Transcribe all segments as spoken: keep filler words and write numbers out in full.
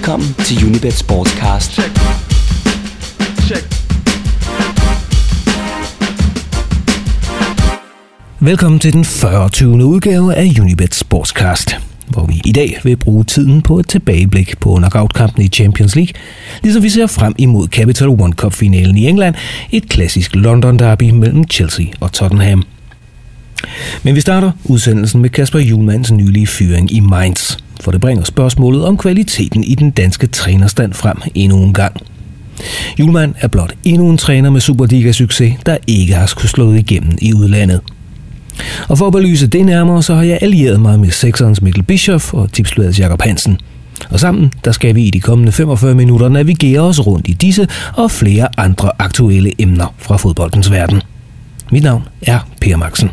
Velkommen til Unibet Sportscast. Check. Check. Velkommen til den fyrretyvende udgave af Unibet Sportscast, hvor vi i dag vil bruge tiden på et tilbageblik på knockout-kampen i Champions League, ligesom vi ser frem imod Capital One Cup-finalen i England, et klassisk London-derby mellem Chelsea og Tottenham. Men vi starter udsendelsen med Kasper Hjulmands nylige fyring i Mainz, for det bringer spørgsmålet om kvaliteten i den danske trænerstand frem endnu en gang. Hjulmand er blot endnu en træner med Superliga-succes, der ikke har skulle slået igennem i udlandet. Og for at belyse det nærmere, så har jeg allieret mig med sekserens Mikkel Bischoff og tipsbladets Jakob Hansen. Og sammen, der skal vi i de kommende femogfyrre minutter navigere os rundt i disse og flere andre aktuelle emner fra fodboldens verden. Mit navn er Per Maxen.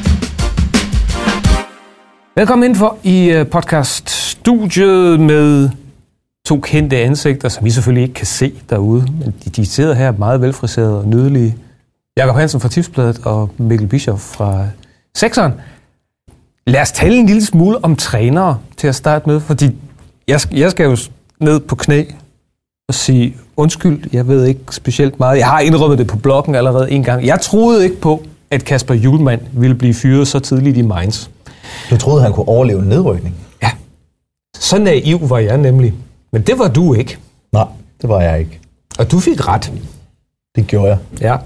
Velkommen indenfor i podcaststudiet med to kendte ansigter, som vi selvfølgelig ikke kan se derude, men de, de sidder her meget velfriserede og nydelige. Jakob Hansen fra Tipsbladet og Mikkel Bischoff fra sekseren. Lad os tale en lille smule om trænere til at starte med, fordi jeg, jeg skal jo ned på knæ og sige undskyld, jeg ved ikke specielt meget. Jeg har indrømmet det på bloggen allerede en gang. Jeg troede ikke på, at Kasper Hjulmand ville blive fyret så tidligt i Mainz. Du troede, han kunne overleve en nedrykning? Ja. Så naiv var jeg nemlig. Men det var du ikke. Nej, det var jeg ikke. Og du fik ret. Det gjorde jeg. Ja.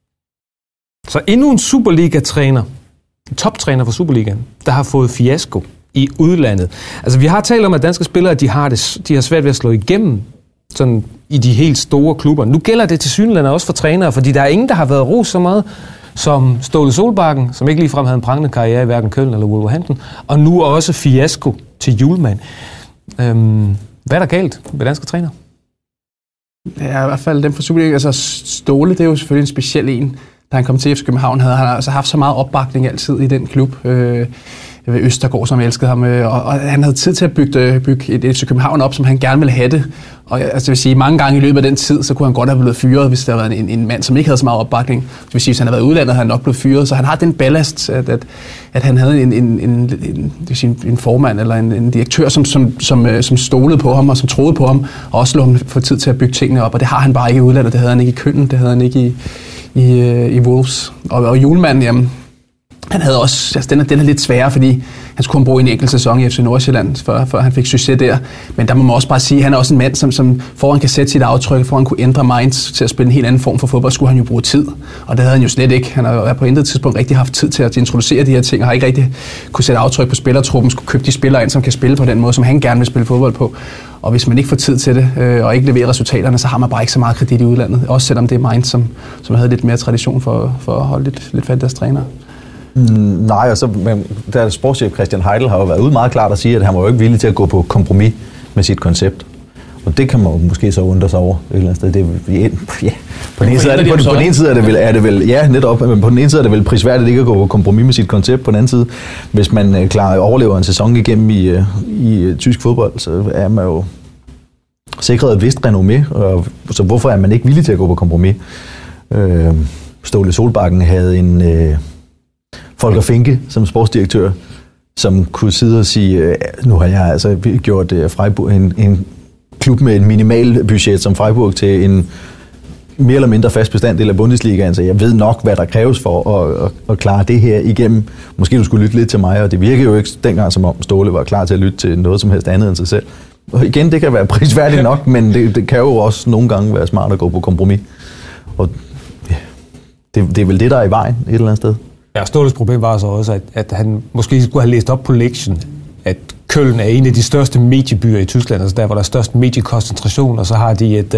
Så endnu en Superliga-træner, en toptræner for Superligaen, der har fået fiasko i udlandet. Altså, vi har talt om, at danske spillere, de har, det, de har svært ved at slå igennem sådan i de helt store klubber. Nu gælder det tilsyneladende også for trænere, fordi der er ingen, der har været ros så meget som Ståle Solbakken, som ikke ligefrem havde en prangende karriere i hverken Köln eller Wolverhampton, og nu også fiasko til Hjulmand. Øhm, hvad er der galt med danske træner? Ja, i hvert fald dem fra Superliga. Altså Ståle, det er jo selvfølgelig en speciel en. Da han kom til F C København, havde han altså haft så meget opbakning altid i den klub. Øh, ved Østergaard, som elskede ham. Og, og han havde tid til at bygge, bygge et F C København op, som han gerne ville have det. Og altså, det vil sige, mange gange i løbet af den tid, så kunne han godt have blevet fyret, hvis der var en, en mand, som ikke havde så meget opbakning. Det vil sige, hvis han havde været udlandet, havde han nok blevet fyret. Så han har den ballast, at, at, at han havde en, en, en, en, det vil sige, en formand eller en, en direktør, som, som, som, som stolede på ham og som troede på ham, og også lå ham for tid til at bygge tingene op. Og det har han bare ikke i udlandet. Det havde han ikke i Köln, det havde han ikke i, i, i Wolves. Og, og Hjulmand, jamen, han havde også, altså den er, den er lidt sværere, fordi han skulle bruge en enkelt sæson i F C Nordsjælland, før, før han fik succes der. Men der må man også bare sige, at han er også en mand, som, som foran kan sætte sit aftryk, foran kunne ændre Mainz til at spille en helt anden form for fodbold, skulle han jo bruge tid. Og det havde han jo slet ikke. Han har på intet tidspunkt rigtig haft tid til at introducere de her ting, og har ikke rigtig kunne sætte aftryk på spillertruppen, skulle købe de spillere ind, som kan spille på den måde, som han gerne vil spille fodbold på. Og hvis man ikke får tid til det, øh, og ikke leverer resultaterne, så har man bare ikke så meget kredit i udlandet. Også selvom det er Mainz, som, som havde lidt mere tradition for, for at holde lidt, lidt fat i deres træner. Mm, nej, og så der sportschef Christian Heidel har jo været ude meget klart at sige, at han var jo ikke villig til at gå på kompromis med sit koncept. Og det kan man jo måske så undre sig over et eller andet sted. Det er, ja, på den ene side er det, på, på den ene side er det vel, er det vel, ja, netop, men på den ene side er det vel prisværdigt ikke at gå på kompromis med sit koncept. På den anden side, hvis man klarer at overleve en sæson igennem i, i tysk fodbold, så er man jo sikret et vist renommé, og så hvorfor er man ikke villig til at gå på kompromis? Øh, Ståle Solbakken havde en øh, Volker Finke som sportsdirektør, som kunne sidde og sige, nu har jeg altså gjort Freiburg, en, en klub med en minimal budget som Freiburg til en mere eller mindre fast bestanddel af Bundesligaen, så jeg ved nok, hvad der kræves for at, at, at klare det her igennem. Måske du skulle lytte lidt til mig, og det virker jo ikke dengang, som om Ståle var klar til at lytte til noget som helst andet end sig selv. Og igen, det kan være prisværdigt nok, men det, det kan jo også nogle gange være smart at gå på kompromis. Og ja, det, det er vel det, der er i vejen et eller andet sted. Ja, Ståles problem var så også, at, at han måske skulle have læst op på lektion, at Köln er en af de største mediebyer i Tyskland, altså der, hvor der er størst mediekoncentration, og så har de et,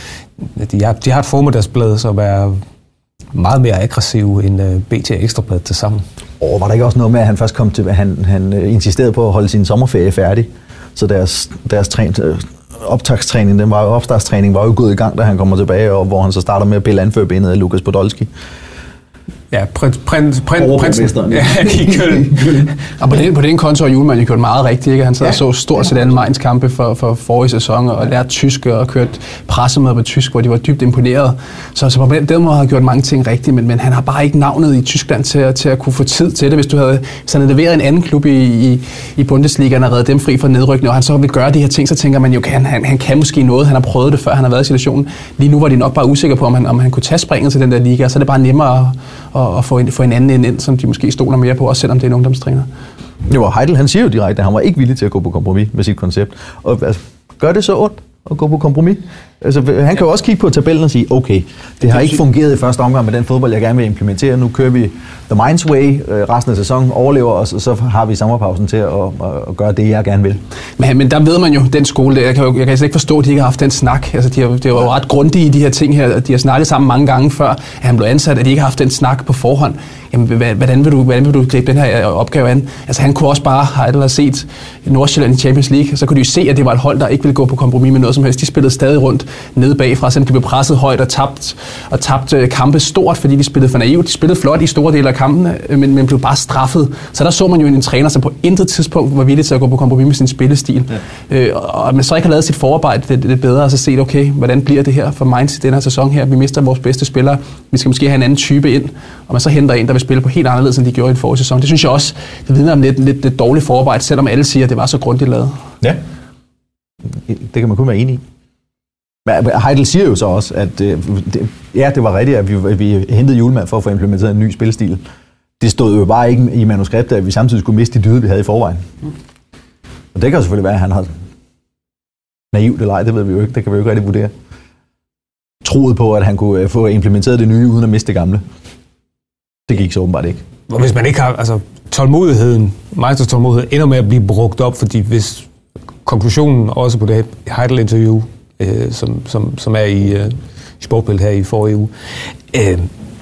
de har, de har et formiddagsblad, som er meget mere aggressiv end B T Ekstrabladet til sammen. Og var der ikke også noget med, at han først kom til, at han, han insisterede på at holde sin sommerferie færdig, så deres, deres træn, optagstræning, den var, opstartstræning var jo gået i gang, da han kommer tilbage, og hvor han så starter med at pille anførbenet af Lukas Podolski. Ja, prins, prins, prins, Overborgmesteren. Ja, i Køln. Og på den, på den konto har Hjulmand jo gjort meget rigtigt, ikke? Han sad ja. og så stort set alle Mainz kampe for, for forrige sæson, og lærte tysk og kørt pressemøder på tysk, hvor de var dybt imponeret. Så, så på den måde har han gjort mange ting rigtigt, men, men han har bare ikke navnet i Tyskland til, til at kunne få tid til det. Hvis du havde, hvis han havde leveret en anden klub i, i, i Bundesligaen og reddet dem fri fra nedrykning, og han så vil gøre de her ting, så tænker man jo, han, han, han kan måske noget. Han har prøvet det før, han har været i situationen. Lige nu var de nok bare usikre på, om han, om han kunne tage springet til den der liga, så er det bare nemmere at, at, at få, en, få en anden ind, som de måske stoler mere på, også selvom det er en ungdomstræner. Jo, Heidel, han siger jo direkte, at han var ikke villig til at gå på kompromis med sit koncept. Og altså, gør det så ondt at gå på kompromis? Altså, han kan jo også kigge på tabellen og sige, okay, det har ikke fungeret i første omgang med den fodbold, jeg gerne vil implementere. Nu kører vi the Mainz way, resten af sæsonen overlever, og så har vi sommerpausen til at, at gøre det, jeg gerne vil. Men, men der ved man jo, den skole, jeg kan jo jeg kan slet ikke forstå, at de ikke har haft den snak. Altså, de, har, de var jo ret grundige i de her ting her. De har snakket sammen mange gange før, at han blev ansat, at de ikke har haft den snak på forhånd. Jamen, hvordan vil du, hvordan vil du gribe den her opgave an? Altså, han kunne også bare have set Nordsjælland i Champions League, så kunne de jo se, at det var et hold, der ikke ville gå på kompromis med noget som helst. De spillede stadig rundt nede bagfra, selvom de blev presset højt og tabt, og tabt kampe stort, fordi de spillede for naivt. De spillede flot i store dele af kampene, men, men blev bare straffet. Så der så man jo en træner, som på intet tidspunkt var villig til at gå på kompromis med sin spillestil. Ja. Øh, og man så ikke har lavet sit forarbejde lidt, lidt bedre, og så set, okay, hvordan bliver det her for Mainz i den her sæson her? Vi mister vores bedste spillere. Vi skal måske have en anden type ind, og man så henter en, der vil spille på helt anderledes, end de gjorde i den forrige sæson. Det synes jeg også, det vidner om lidt, lidt, lidt dårligt forarbejde, selvom alle siger, at det var så grundigt lavet. Ja, det kan man kun være enig i. Heidel siger jo så også, at øh, det, ja, det var rigtigt, at vi, at vi hentede Hjulmand for at få implementeret en ny spilstil. Det stod jo bare ikke i manuskriptet, at vi samtidig skulle miste de dyder, vi havde i forvejen. Mm. Og det kan jo selvfølgelig være, at han har naivt eller ej, det ved vi jo ikke, det kan vi jo ikke rigtig vurdere. Troede på, at han kunne få implementeret det nye, uden at miste det gamle. Det gik så åbenbart ikke. Og hvis man ikke har, altså tålmodigheden, Mainz' tålmodighed, ender med at blive brugt op, fordi hvis konklusionen også på det Heidel-interview, øh, som, som, som er i, øh, i Sportbild her i forrige uge, øh,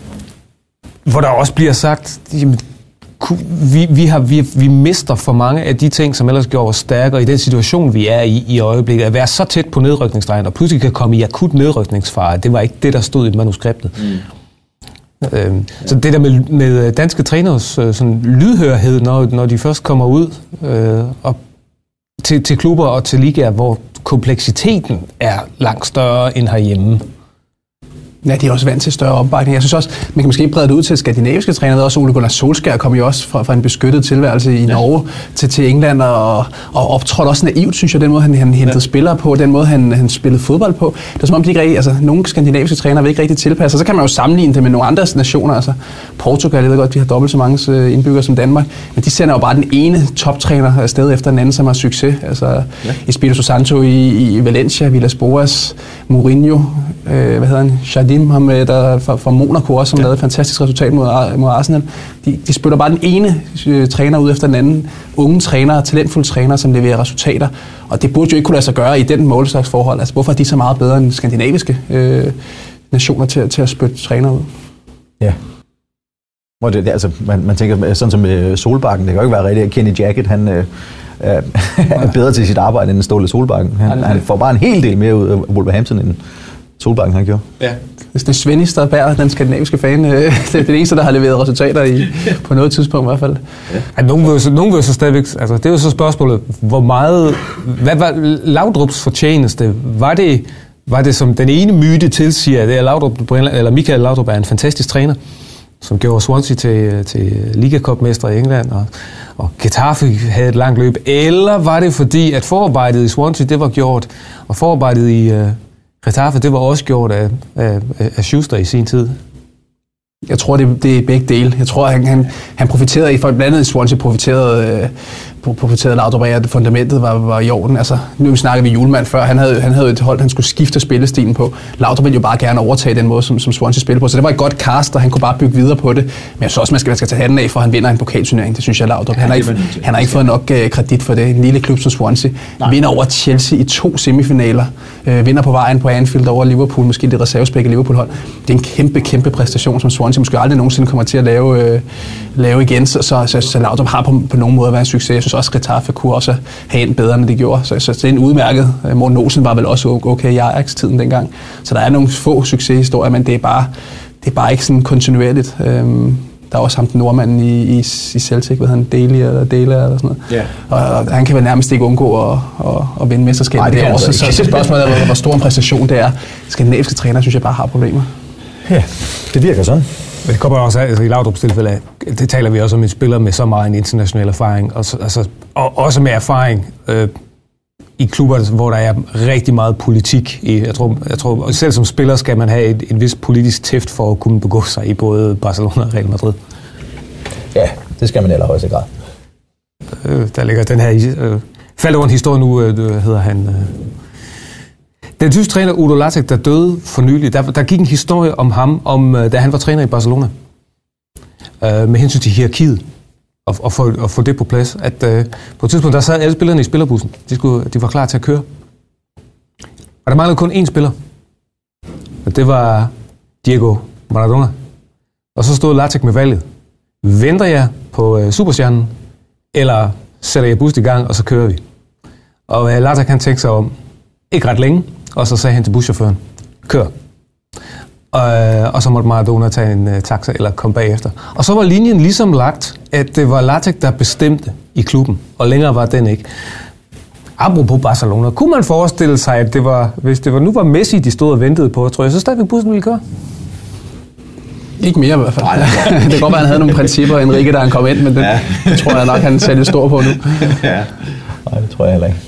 hvor der også bliver sagt, jamen, vi, vi, har, vi, vi mister for mange af de ting, som ellers gjorde os stærkere i den situation, vi er i i øjeblikket. At være så tæt på nedrykningsstregen, og pludselig kan komme i akut nedrykningsfare, det var ikke det, der stod i manuskriptet. Mm. Øh, så det der med, med danske træners sådan, lydhørhed, når, når de først kommer ud øh, og til, til klubber og til ligaer, hvor kompleksiteten er langt større end herhjemme. Ja, de er også vant til større opbakning. Jeg synes også, man kan måske brede det ud til skandinaviske trænere. Også Ole Gunnar Solskjær kom jo også fra, fra en beskyttet tilværelse i Norge ja. til, til England, og, og optrådte også naivt, synes jeg, den måde, han, han hentede ja. spillere på, den måde, han, han spillede fodbold på. Det er som om, de ikke rigtig, altså, nogle skandinaviske trænere vil ikke rigtig tilpasse, så kan man jo sammenligne det med nogle andre nationer. Altså, Portugal, jeg ved godt, de har dobbelt så mange indbyggere som Danmark, men de sender jo bare den ene toptræner afsted efter den anden, som har succes. Altså, ja. Espirito Santo i, i Valencia, Villas-Boas, Mourinho, øh, hvad hedder han, Jardim, ham der fra, fra Monaco også, som ja. lavede et fantastisk resultat mod, mod Arsenal. De, de spiller bare den ene øh, træner ud efter den anden. Unge trænere, talentfulde trænere, som leverer resultater. Og det burde jo ikke kunne lade sig gøre i den måleslagsforhold. Altså, hvorfor er de så meget bedre end skandinaviske øh, nationer til, til at spytte trænere ud? Ja. Hvor det, altså, man, man tænker, sådan som med Solbakken, det kan jo ikke være rigtigt, at Kenny Jackett, han øh, er bedre til sit arbejde end Ståle Solbakken. Han, han får bare en hel del mere ud af Wolverhampton, end Solbakken han gjorde. Ja. Det er Svennis, der bærer den skandinaviske fan. Det er det eneste, der har leveret resultater i, på noget tidspunkt i hvert fald. Ja. Ja, nogen vil jo så, nogen vil så stadigvæk, altså det er jo så spørgsmålet, hvor meget, hvad var Laudrups fortjeneste? Var det, var det som den ene myte tilsiger, at Laudrup, eller Michael Laudrup er en fantastisk træner, som gjorde Swansea til, til Liga Cup-mester i England, og, og Getafe havde et langt løb, eller var det fordi, at forarbejdet i Swansea, det var gjort, og forarbejdet i uh, Getafe, det var også gjort af, af, af Schuster i sin tid? Jeg tror, det, det er begge dele. Jeg tror, han, han, han profiterede i, for blandt andet i Swansea profiterede, øh, profiterede Laudrup af, at fundamentet var, var i orden. Altså, nu snakker vi Hjulmand før. Han havde, han havde et hold, han skulle skifte spillestilen på. Laudrup ville jo bare gerne overtage den måde, som, som Swansea spillede på. Så det var et godt cast, og han kunne bare bygge videre på det. Men jeg synes også, man skal, man skal tage hatten af, for han vinder en pokalturnering. Det synes jeg, Laudrup. Han har ikke, han har ikke fået nok uh, kredit for det. En lille klub som Swansea. Nej. Vinder over Chelsea i to semifinaler. Uh, vinder på vejen på Anfield over Liverpool. Måske det reservespække Liverpool-hold. Det er en kæmpe, kæmpe præstation, som Swansea måske aldrig nogensinde kommer til at lave, øh, lave igen. Så, så, så, så Laudrup har på, på nogen måde været en succes. Jeg synes også, at Getafe kunne også have endt bedre, end det gjorde. Så, så det er en udmærket. Morten Olsen var vel også okay i Ajax-tiden dengang. Så der er nogle få succeshistorier, men det er bare det er bare ikke sådan kontinuerligt. Øhm, der er også ham den nordmanden i, i, i Celtic, hvad hedder han, Daly eller Dela eller sådan noget. Yeah. Og, og han kan vel nærmest ikke undgå at, at, at vinde mesterskabet. Nej, det kan også. så, så, så spørgsmålet er, hvor, hvor stor en præstation det er. Skandinaviske træner synes jeg bare har problemer. Ja, det virker sådan. Det kommer også af, altså i Laudrups tilfælde af, det taler vi også om en spiller med så meget en international erfaring, og, altså, og også med erfaring øh, i klubber, hvor der er rigtig meget politik i. Jeg tror, jeg tror selv som spiller skal man have et, et vis politisk tæft for at kunne begå sig i både Barcelona og Real Madrid. Ja, det skal man i allerhøjeste grad. Øh, der ligger den her... Øh, faldt over en historie nu, øh, hedder han... Øh, den tyske træner Udo Lattek, der døde for nylig, der, der gik en historie om ham, om da han var træner i Barcelona, øh, med hensyn til hierarkiet, og, og, få, og få det på plads. At øh, på et tidspunkt, der sad alle spillerne i spillerbussen. De, skulle, de var klar til at køre. Og der manglede kun én spiller. Og det var Diego Maradona. Og så stod Lattek med valget. Venter jeg på øh, superstjernen, eller sætter jeg bussen i gang, og så kører vi? Og øh, Lattek, han tænkte sig om, ikke ret længe, og så sagde han til buschaufføren, kør. Og, og så måtte Maradona tage en uh, taxa eller komme bagefter. Og så var linjen ligesom lagt, at det var Lattek, der bestemte i klubben, og længere var den ikke. Apropos Barcelona, kunne man forestille sig, at det var, hvis det var, nu var Messi, de stod og ventede på, tror jeg, så stadigvæk bussen ville køre? Ikke mere i hvert fald. Det kan godt være, han havde nogle principper, Enrique, da han kom ind, men det, ja. det tror jeg nok, han ser lidt stor på nu. Ja. Nej, det tror jeg heller ikke.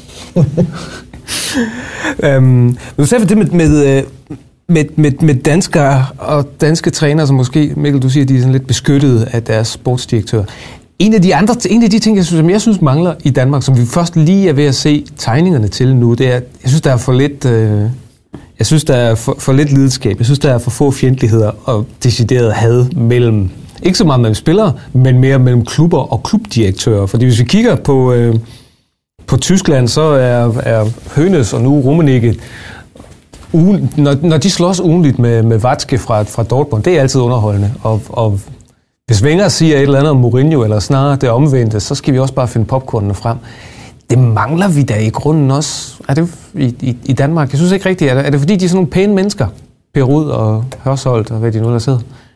øhm, du sagde for det med, med, med, med, med danskere og danske trænere, som måske, Mikkel, du siger, de er sådan lidt beskyttet af deres sportsdirektør. En af de andre, en af de ting, jeg synes, som jeg synes mangler i Danmark, som vi først lige er ved at se tegningerne til nu, det er, jeg synes, der er for lidt, øh, jeg synes, der er for, for lidt lidenskab. Jeg synes, der er for få fjendtligheder og decideret had mellem, ikke så meget mellem spillere, men mere mellem klubber og klubdirektører. Fordi hvis vi kigger på øh, På Tyskland, så er, er Hoeneß og nu Rummenigge, ugen, når, når de slås ugenligt med, med Watzke fra, fra Dortmund, det er altid underholdende. Og, og hvis Wenger siger et eller andet om Mourinho, eller snarere det omvendte, så skal vi også bare finde popcornene frem. Det mangler vi da i grunden også. Er det i, i, i Danmark? Jeg synes ikke rigtigt. Er det, er det fordi, de er sådan nogle pæne mennesker? Per Rud og Hørsholt og hvad de nu der sidder?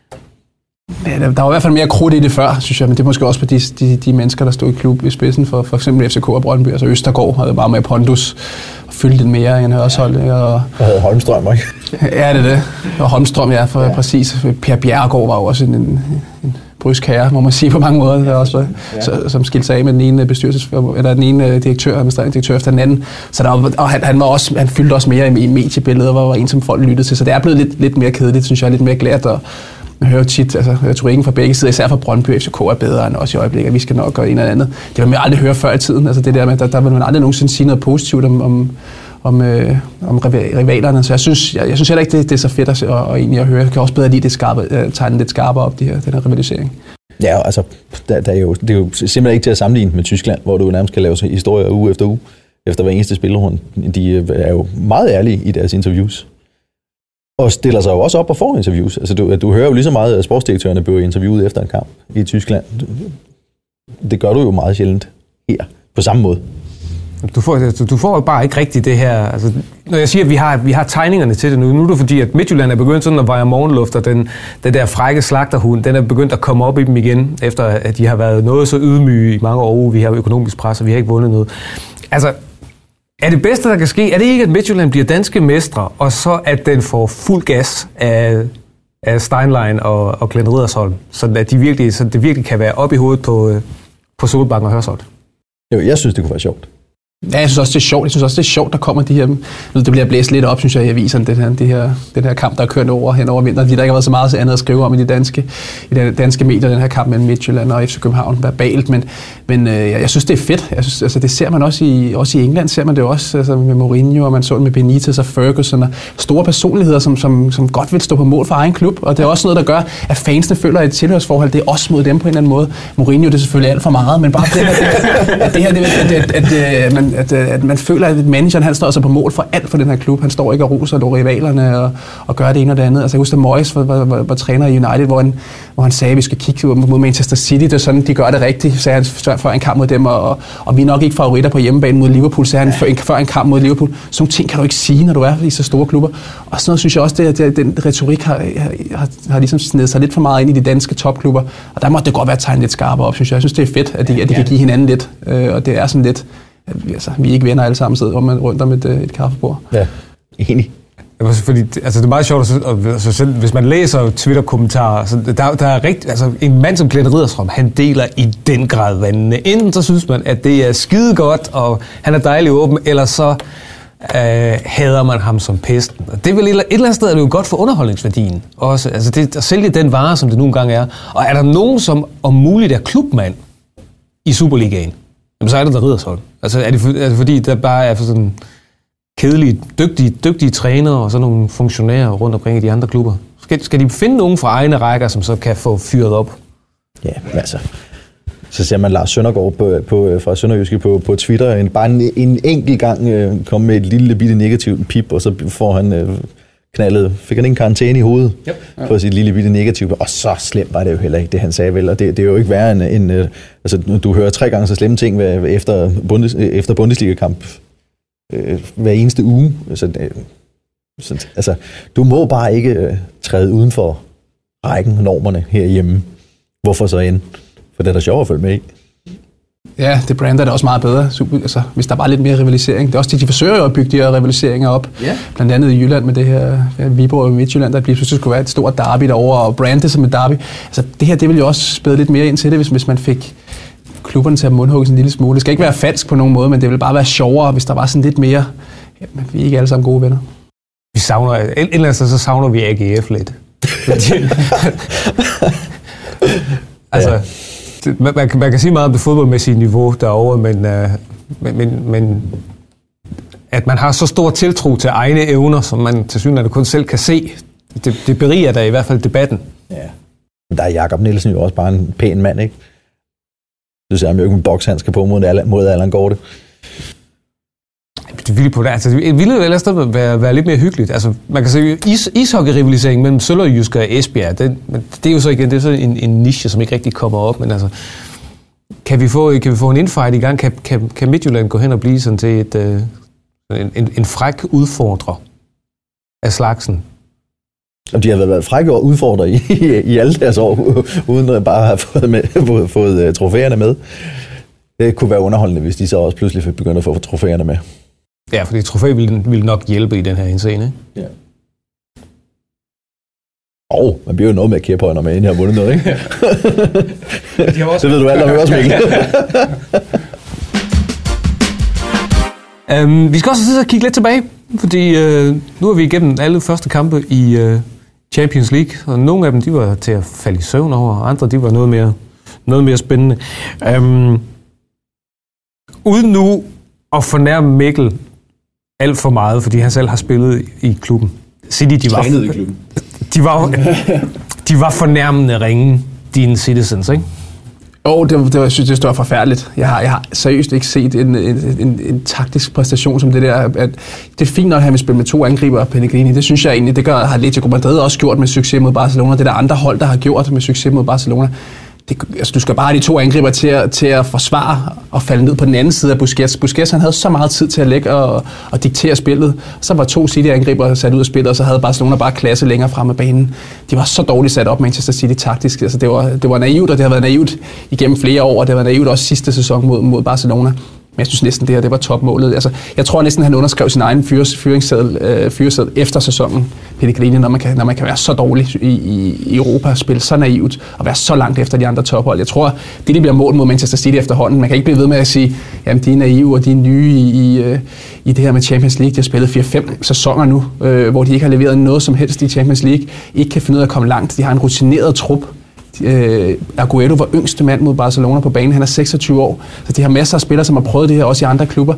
Ja, der var i hvert fald mere krudt i det før, synes jeg, men det er måske også på de, de, de mennesker, der stod i klub i spidsen for for eksempel F C K og Brøndby. Altså Østergaard havde bare med pondus og fyldte lidt mere end Hørsholt. Og, og Holmstrøm, ikke? Ja, det er det. Og Holmstrøm, ja, for ja. præcis. Per Bjerregaard var jo også en, en, en brysk herre, må man sige på mange måder, der også, ja. så, som skilte sig af med den ene bestyrelses, eller den ene direktør, administrerende direktør efter den anden. Så der var, og han, han, var også, han fyldte også mere i, i mediebilledet, og var en, som folk lyttede til. Så det er blevet lidt, lidt mere kedeligt, synes jeg, lidt mere glært. Og man hører jo tit, altså retorikken fra begge sider, især fra Brøndby og F C K er bedre end os i øjeblikket, vi skal nok gøre en eller andet. Det vil man aldrig høre før i tiden, altså det der med, der, der vil man aldrig nogensinde sige noget positivt om, om, om, øh, om rivalerne, så jeg synes, jeg, jeg synes heller ikke, det, det er så fedt at, at, at, egentlig at høre. Jeg kan også bedre lide det skarpe, tegne lidt skarpere op, de her, den her rivalisering. Ja, altså, der, der er jo, det er jo simpelthen ikke til at sammenligne med Tyskland, hvor du nærmest kan lave historier uge efter uge, efter hver eneste spillerunde. De er jo meget ærlige i deres interviews. Og stiller sig jo også op og får interviews. Altså, du, du hører jo lige så meget, at sportsdirektørerne bliver interviewet efter en kamp i Tyskland. Det gør du jo meget sjældent her, på samme måde. Du får, du får jo bare ikke rigtigt det her. Altså, når jeg siger, at vi har, vi har tegningerne til det nu, nu er det fordi, at Midtjylland er begyndt sådan at veje morgenluft, og den, den der frække slagterhund, den er begyndt at komme op i dem igen, efter at de har været noget så ydmyge i mange år. Vi har økonomisk pres, og vi har ikke vundet noget. Altså, er det bedste, der kan ske, er det ikke, at Midtjylland bliver danske mestre, og så at den får fuld gas af, af Steinlein og, og Glenn Riddersholm, så, at de virkelig, så det virkelig kan være op i hovedet på, på Solbakken og Hørsholt? Jo, jeg synes, det kunne være sjovt. Ja, jeg synes også, det er sjovt. Jeg synes også, det er sjovt, der kommer de her... Det bliver blæst lidt op, synes jeg, i aviserne, den her, de her, den her kamp, der er kørt over hen over vinteren. Fordi der ikke har været så meget andet at skrive om i de danske, i de danske medier, den her kamp mellem Midtjylland og F C København verbalt. Men, men øh, jeg synes, det er fedt. Jeg synes, altså, det ser man også i, også i England, ser man det også altså, med Mourinho, og man så det med Benitez og Ferguson, og store personligheder, som, som, som godt vil stå på mål for egen klub. Og det er også noget, der gør, at fansene føler et tilhørsforhold. Det er også mod dem på en eller anden måde. Mourinho, det er selvfølgelig alt for meget, men bare det her, at det her, det, at, at, at, at man, at, at man føler, at manageren han står altså på mål for alt for den her klub. Han står ikke og roser og rivalerne og, og gør det ene og det andet. Altså jeg husker, at Moyes var, var, var, var træner i United, hvor han, hvor han sagde, at vi skal kigge mod Manchester City. Det er sådan, de gør det rigtigt, sagde han før en kamp mod dem, og, og vi er nok ikke favoritter på hjemmebane mod Liverpool, sagde han før en, før en kamp mod Liverpool. Sådan nogle ting kan du ikke sige, når du er i så store klubber. Og sådan noget synes jeg også, at det, den retorik har, har, har ligesom snedet sig lidt for meget ind i de danske topklubber. Og der måtte det godt være tegnet lidt skarpere op, synes jeg. Jeg synes, det er fedt, at de, at de kan give hinanden lidt. Øh, og det er sådan lidt, at vi, altså, vi er ikke venner alle sammen, sidder man rundt om et, et kaffebord. Ja, enig. Fordi, altså, det er meget sjovt, altså, selv, hvis man læser Twitter-kommentarer, så der, der er rigtig, altså, en mand som Glenn Ridderstrom, han deler i den grad vandene. Enten så synes man, at det er skide godt, og han er dejlig åben, eller så øh, hader man ham som pesten. Og det er vel et, et eller andet sted, er det jo godt for underholdningsværdien også. Altså, det, at sælge den vare, som det nogle gange er. Og er der nogen, som om muligt er klubmand i Superligaen, jamen, så er det der Riddersholm. Altså, er det, for, er det fordi, der bare er for sådan kedelige, dygtige, dygtige trænere og sådan nogle funktionærer rundt omkring i de andre klubber? Skal, skal de finde nogen fra egne rækker, som så kan få fyret op? Ja, altså. Så ser man Lars Søndergaard på, på, fra Sønderjyske på, på Twitter, en, bare en, en enkelt gang øh, kom med et lille bitte negativt pip, og så får han øh, knaldet, fik han en karantæne i hovedet yep. ja. på sit lille bitte negativt, og så slemt var det jo heller ikke, det han sagde vel, og det, det er jo ikke værre end, end øh, altså du hører tre gange så slemme ting efter, Bundes, efter Bundesliga-kamp øh, hver eneste uge, så, øh, så, altså du må bare ikke øh, træde uden for rækken, normerne herhjemme. Hvorfor så end? For det er da sjovt at følge med i. Ja, det brander det også meget bedre, super, altså, hvis der var lidt mere rivalisering. Det er også det, de forsøger jo at bygge de her rivaliseringer op. Yeah. Blandt andet i Jylland med det her ja, Viborg og Midtjylland, der bliver pludselig skulle være et stort derby derovre, og brande som et derby. Altså, det her, det vil jo også spæde lidt mere ind til det, hvis, hvis man fik klubberne til at mundhugge en lille smule. Det skal ikke være falsk på nogen måde, men det vil bare være sjovere, hvis der var sådan lidt mere. Ja, men vi er ikke alle sammen gode venner. Vi savner, et eller andet sted, så savner vi A G F lidt. altså... Ja. Man, man, man kan sige meget om det fodboldmæssige niveau derovre, men, øh, men, men, men at man har så stor tiltro til egne evner, som man til synligheden kun selv kan se, det, det beriger da i hvert fald debatten. Ja. Der er Jakob Nielsen jo også bare en pæn mand, ikke? Du ser ham jo ikke med bokshandsker på mod, mod Allan Gorte. Det ville på det. Altså, det ville jo ellers være, være lidt mere hyggeligt. Altså, man kan sige, is, ishockey-rivalisering mellem Sønderjyske og Esbjerg, det, det er jo så igen det er så en, en niche, som ikke rigtig kommer op, men altså, kan vi få, kan vi få en infight i gang? Kan, kan, kan Midtjylland gå hen og blive sådan til et, uh, en, en, en fræk udfordrer af slagsen? Og de har været frække og udfordrer i, i, i alle deres år, uden at bare have fået, med, fået, fået uh, trofæerne med. Det kunne være underholdende, hvis de så også pludselig fik begyndt at få trofæerne med. Ja, fordi trofæ ville, ville nok hjælpe i den her indseende. Ja. Og oh, man bliver jo noget med at kære på, når man endelig har vundet noget, ikke? De også... Det ved du alt om høres, Mikkel. um, vi skal også sidde og kigge lidt tilbage, fordi uh, nu er vi igennem alle første kampe i uh, Champions League, og nogle af dem, de var til at falde i søvn over, og andre, de var noget mere, noget mere spændende. Um, uden nu at fornærme Mikkel alt for meget, fordi han selv har spillet i klubben. City, de var, i klubben. De var, de var fornærmende ringe, dine Citizens, ikke? Åh, oh, det, det, jeg synes, det står forfærdeligt. Jeg har, jeg har seriøst ikke set en, en, en, en taktisk præstation som det der. At det er fint nok, at han vil spille med to angriber og Pellegrini. Det synes jeg egentlig, det gør, har Atletico Madrid også gjort med succes mod Barcelona. Det er der andre hold, der har gjort med succes mod Barcelona. Det, altså, du skal bare have de to angriber til at, til at forsvare og falde ned på den anden side af Busquets. Busquets han havde så meget tid til at lægge og, og diktere spillet. Så var to City-angriber sat ud af spillet, og så havde Barcelona bare klasse længere frem af banen. De var så dårligt sat op, Manchester City taktisk. Altså, det, var, det var naivt, og det har været naivt igennem flere år, og det har været naivt også sidste sæson mod, mod Barcelona. Men jeg synes næsten, det her det var topmålet. Altså, jeg tror næsten, han underskrev sin egen fyringsseddel, øh, fyringsseddel efter sæsonen, Pellegrini, når man kan, når man kan være så dårlig i, i, i Europa, spille så naivt og være så langt efter de andre tophold. Jeg tror, det, det bliver mål mod Manchester City efterhånden. Man kan ikke blive ved med at sige, jamen de er naive, og de er nye i, i, i det her med Champions League. De har spillet fire fem sæsoner nu, øh, hvor de ikke har leveret noget som helst i Champions League. Ikke kan finde ud af at komme langt. De har en rutineret trup. Uh, Aguero var yngste mand mod Barcelona på banen. Han er seksogtyve år, så de har masser af spillere, som har prøvet det her også i andre klubber.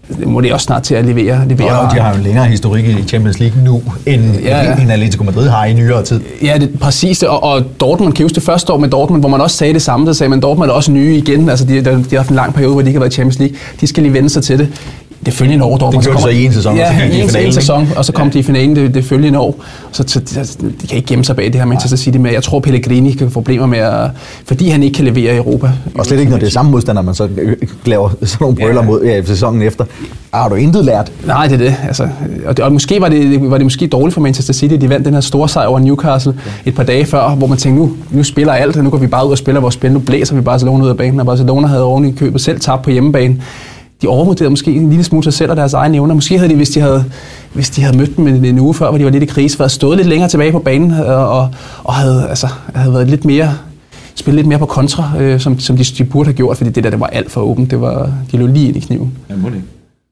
det må det også snart til at levere. levere og de har jo en længere historik i Champions League nu, end, ja, ja. end Atletico Madrid har i nyere tid. Ja, det, præcis. Og, og Dortmund kan huske det første år med Dortmund, hvor man også sagde det samme, der sagde man, Dortmund er også nye igen. Altså, de, de, de har haft en lang periode, hvor de ikke har været i Champions League. De skal lige vende sig til det. Det følgende år, Dortmund. Det gjorde de så i en sæson, ja, og så gik de i en, finalen. En sæson, og så kom ja. de i finalen det, det følgende år. Så, så de, de kan ikke gemme sig bag det her Manchester City med. Jeg tror, Pellegrini kan få problemer med, at, fordi han ikke kan levere i Europa. Og slet ikke, når det er samme modstander, man så laver sådan nogle brøller ja. mod ja, sæsonen efter. Har du intet lært? Nej, det er det. Altså, og, det, og måske var det, var det måske dårligt for Manchester City. De vandt den her store sejr over Newcastle et par dage før, hvor man tænkte, nu, nu spiller alt, og nu går vi bare ud og spiller vores spil. Nu blæser vi Barcelona ud af banen, og Barcelona havde oven i købet selv tabt på hjemmebane. De overvurderede måske en lille smule sig selv og deres egne evner. Måske havde de, hvis de havde, hvis de havde mødt dem en, en uge før, hvor de var lidt i krise, været stået lidt længere tilbage på banen og, og havde, altså, havde været lidt mere, spillet lidt mere på kontra, øh, som, som de, de burde have gjort, fordi det der det var alt for åbent. Det var, de lå lige ind i kniven. Jamen, det.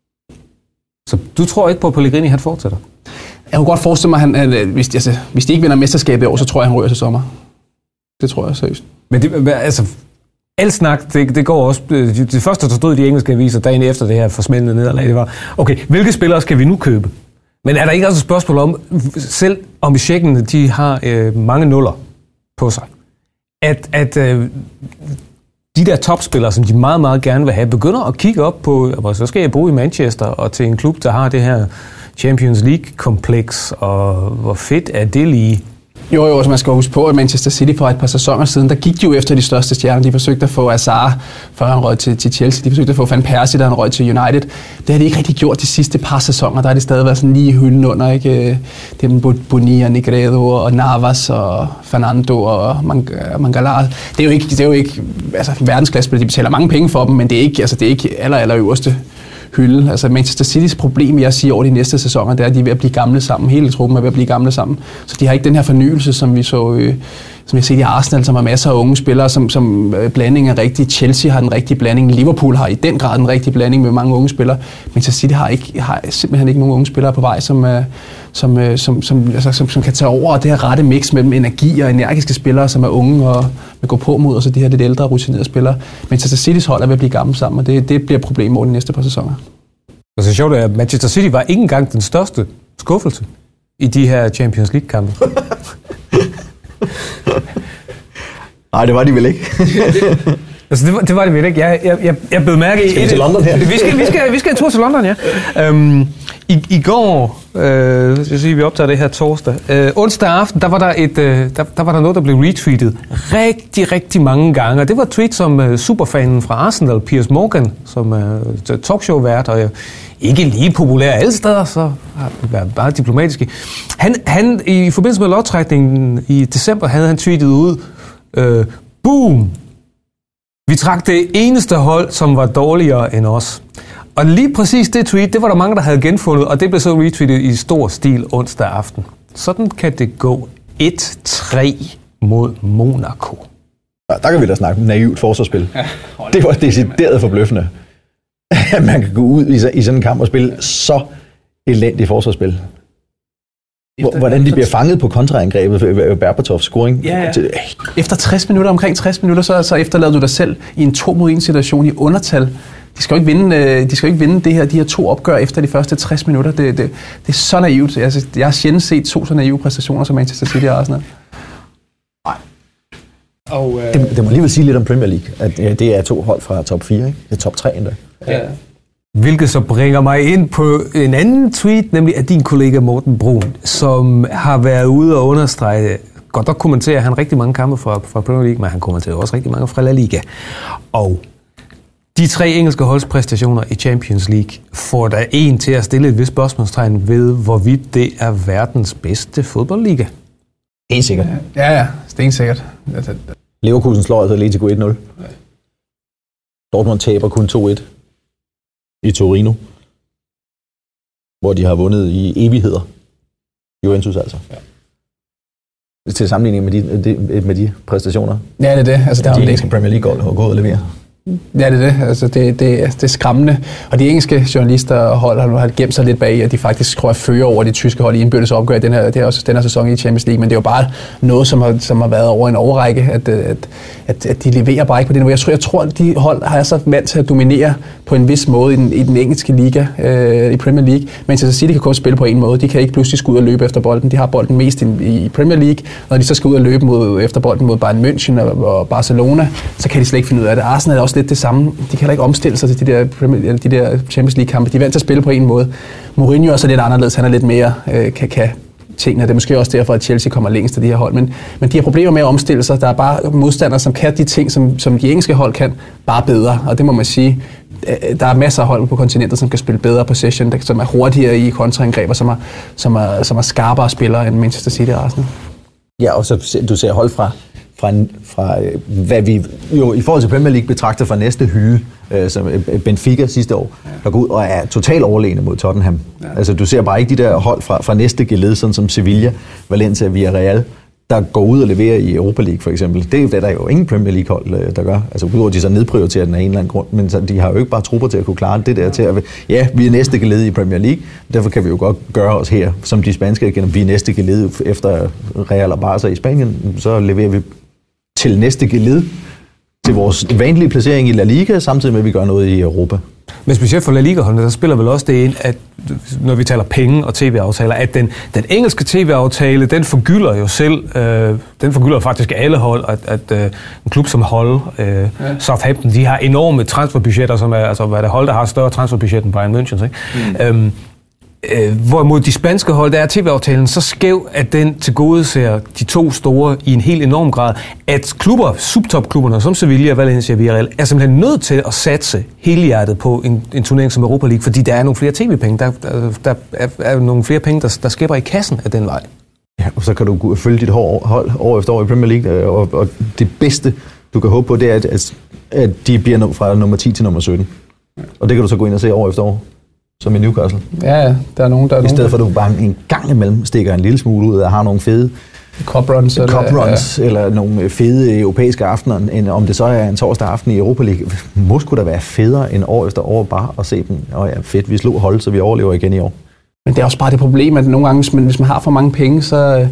Så du tror ikke på, at Pellegrini han fortsætter? Jeg kunne godt forestille mig, at han, hvis, de, altså, hvis de ikke vinder mesterskabet i år, så tror jeg, han ryger til sommer. Det tror jeg seriøst. Men det, altså... Alt snak, det, det går også... Det, det første, der stod i de engelske aviser dagen efter det her forsmældende nederlag, det var, okay, hvilke spillere skal vi nu købe? Men er der ikke også et spørgsmål om, selv om tjekkene, de har øh, mange nuller på sig, at, at øh, de der topspillere, som de meget, meget gerne vil have, begynder at kigge op på, så skal jeg bo i Manchester og til en klub, der har det her Champions League-kompleks, og hvor fedt er det lige? Jo, jo, så man skal huske på, at Manchester City for et par sæsoner siden, der gik de jo efter de største stjerner. De forsøgte at få Azar, før han røg til, til Chelsea. De forsøgte at få Van Persie, da han røg til United. Det har de ikke rigtig gjort de sidste par sæsoner. Der har de stadig været sådan lige i hylden under, ikke? Det er Bonilla, Negredo og Navas og Fernando og Mangala. Det er jo ikke, det er jo ikke altså, verdensklassespillere. De betaler mange penge for dem, men det er ikke, altså, det er ikke aller, aller øverste hylde. Altså Manchester Citys problem, jeg siger over de næste sæsoner, det er, at de er ved at blive gamle sammen. Hele truppen er ved at blive gamle sammen. Så de har ikke den her fornyelse, som vi så, øh, som jeg ser i Arsenal, som har masser af unge spillere, som, som øh, blanding er rigtig. Chelsea har den rigtige blanding. Liverpool har i den grad den rigtige blanding med mange unge spillere. Manchester City har, ikke, har simpelthen ikke nogen unge spillere på vej, som, øh, som, øh, som, som, altså, som, som kan tage over det her rette mix mellem energi og energiske spillere, som er unge og vil gå på mod, og så de her lidt ældre rutinerede spillere. Manchester Citys hold er ved at blive gamle sammen, og det, det bliver et problem over de næste par sæsoner. Og så sjovt er, at Manchester City var ikke engang den største skuffelse i de her Champions League-kampe. Nej, det var de vel ikke. altså, det var, det var det vel ikke. Jeg, jeg, jeg, jeg blev mærke i... Skal vi til London her? Vi skal, vi skal, vi skal en tur til London, ja. Um, i, I går, øh, jeg siger, vi optager det her torsdag, øh, onsdag aften, der var der, et, øh, der, der var der noget, der blev retweetet rigtig, rigtig mange gange. Og det var et tweet, som øh, superfanen fra Arsenal, Piers Morgan, som er øh, talkshow-vært, og øh, ikke lige populær alle steder, så har det været bare diplomatiske. Han, han, i forbindelse med lodtrækningen i december, havde han tweetet ud, øh, boom! Vi trak det eneste hold, som var dårligere end os. Og lige præcis det tweet, det var der mange, der havde genfundet, og det blev så retweetet i stor stil onsdag aften. Sådan kan det gå et tre mod Monaco. Ja, der kan vi da snakke om naivt forsvarsspil. Ja, det var decideret forbløffende, at man kan gå ud i sådan en kamp og spille så elendigt forsvarsspil. Efter, Hvordan de bliver fanget på kontraangrebet ved Berbatovs scoring. Ja, ja. Efter tres minutter, omkring tres minutter, så, så efterlader du dig selv i en to mod en situation i undertal. De skal jo ikke vinde, de skal jo ikke vinde det her, de her to opgør efter de første tres minutter. Det, det, det er så naivt. Altså, jeg har sjældent set to så naive præstationer som Manchester City og Arsenal. Nej. Og, øh... det, det må alligevel sige lidt om Premier League, at ja, det er to hold fra top fire, ikke? Det er top tre endda. Ja. Hvilket så bringer mig ind på en anden tweet, nemlig af din kollega Morten Brun, som har været ude og understrege, godt nok kommenterer han rigtig mange kampe fra, fra Premier League, men han kommenterer også rigtig mange fra La Liga. Og de tre engelske holdspræstationer i Champions League får der en til at stille et vist spørgsmålstegn ved, hvorvidt det er verdens bedste fodboldliga. Helt sikkert. Ja, ja, stensikkert. Leverkusen slår altså Atletico et nul. Ja. Dortmund taber kun to et i Torino, hvor de har vundet i evigheder. Juventus altså. Ja. Til sammenligning med de, de, med de præstationer. Ja, det er det. Altså, der de engelske Premier League-hold har gået og leveret. Ja, det er det. Altså, det, det, det er skræmmende. Og de engelske journalister og hold har, har gemt sig lidt bag, at de faktisk tror, at fører over de tyske hold i indbyrdes opgør den her, det er også den her sæson i Champions League. Men det er jo bare noget, som har, som har været over en overrække, at, at, at, at de leverer bare ikke på det niveau. Jeg tror, jeg tror, at de hold har så vant til at dominere på en vis måde i den, i den engelske liga, øh, i Premier League. Men så City kan kun spille på en måde. De kan ikke pludselig skulle ud og løbe efter bolden. De har bolden mest i, i Premier League. Når de så skal ud og løbe mod, efter bolden mod Bayern München og, og Barcelona, så kan de slet ikke finde ud af det. Arsenal er også lidt det samme. De kan heller ikke omstille sig til de der, Premier, de der Champions League-kampe. De er vant til at spille på en måde. Mourinho er så lidt anderledes. Han er lidt mere øh, kan, kan tingene. Det er måske også derfor, at Chelsea kommer længst af de her hold. Men, men de har problemer med at omstille sig. Der er bare modstandere, som kan de ting, som, som de engelske hold kan, bare bedre. Og det må man sige. Der er masser af hold på kontinentet, som kan spille bedre possession, som er hurtigere i kontraangreb, og som er, som er, som er skarpere spillere end Manchester City og Arsenal. Ja, og så du ser hold fra, fra, fra hvad vi jo i forhold til Premier League betragter fra næste hylde, øh, som Benfica sidste år, der går ud og er totalt overlegne mod Tottenham. Ja. Altså du ser bare ikke de der hold fra, fra næste geled, sådan som Sevilla, Valencia, Villarreal, der går ud og leverer i Europa League for eksempel. Det er der jo ingen Premier League hold, der gør. Altså udover de så nedprioriterer den af en eller anden grund, men så, de har jo ikke bare trupper til at kunne klare det der til at, ja, vi er næste geled i Premier League, derfor kan vi jo godt gøre os her, som de spanske igen, vi er næste geled efter Real og Barca i Spanien, så leverer vi til næste geled til vores vanlige placering i La Liga, samtidig med at vi gør noget i Europa. Men specielt for La Liga-holdene, der spiller vel også det ind, at når vi taler penge og tv-aftaler, at den, den engelske tv-aftale, den forgylder jo selv, øh, den forgylder faktisk alle hold, at, at øh, en klub som Hull, øh, ja. Southampton, de har enorme transferbudgetter, som er, altså hvad det hold, der har større transferbudget end Bayern München, ikke? Mm. Øhm, øh, hvorimod de spanske hold, der er tv-aftalen så skæv, at den tilgodeser de to store i en helt enorm grad, at klubber, subtopklubberne som Sevilla, Valencia og Villarreal, er simpelthen nødt til at satse helhjertet på en, en turnering som Europa League, fordi der er nogle flere tv-penge, der, der, der er, er nogle flere penge, der, der skæber i kassen af den vej. Ja, og så kan du følge dit hold år efter år i Premier League, og, og det bedste, du kan håbe på, det er, at, at de bliver fra nummer ti til nummer sytten. Og det kan du så gå ind og se år efter år. Som i Newcastle. Ja, der er nogen, der er I stedet nogen, for, at du bare en gang imellem stikker en lille smule ud og har nogle fede cup runs, cup runs eller, ja. eller nogle fede europæiske aftener, end om det så er en torsdag aften i Europa League. Må skulle da være federe end år efter år bare at se dem. Og ja, fedt, vi slog hold, så vi overlever igen i år. Men det er også bare det problem, at nogle gange, hvis man har for mange penge, så...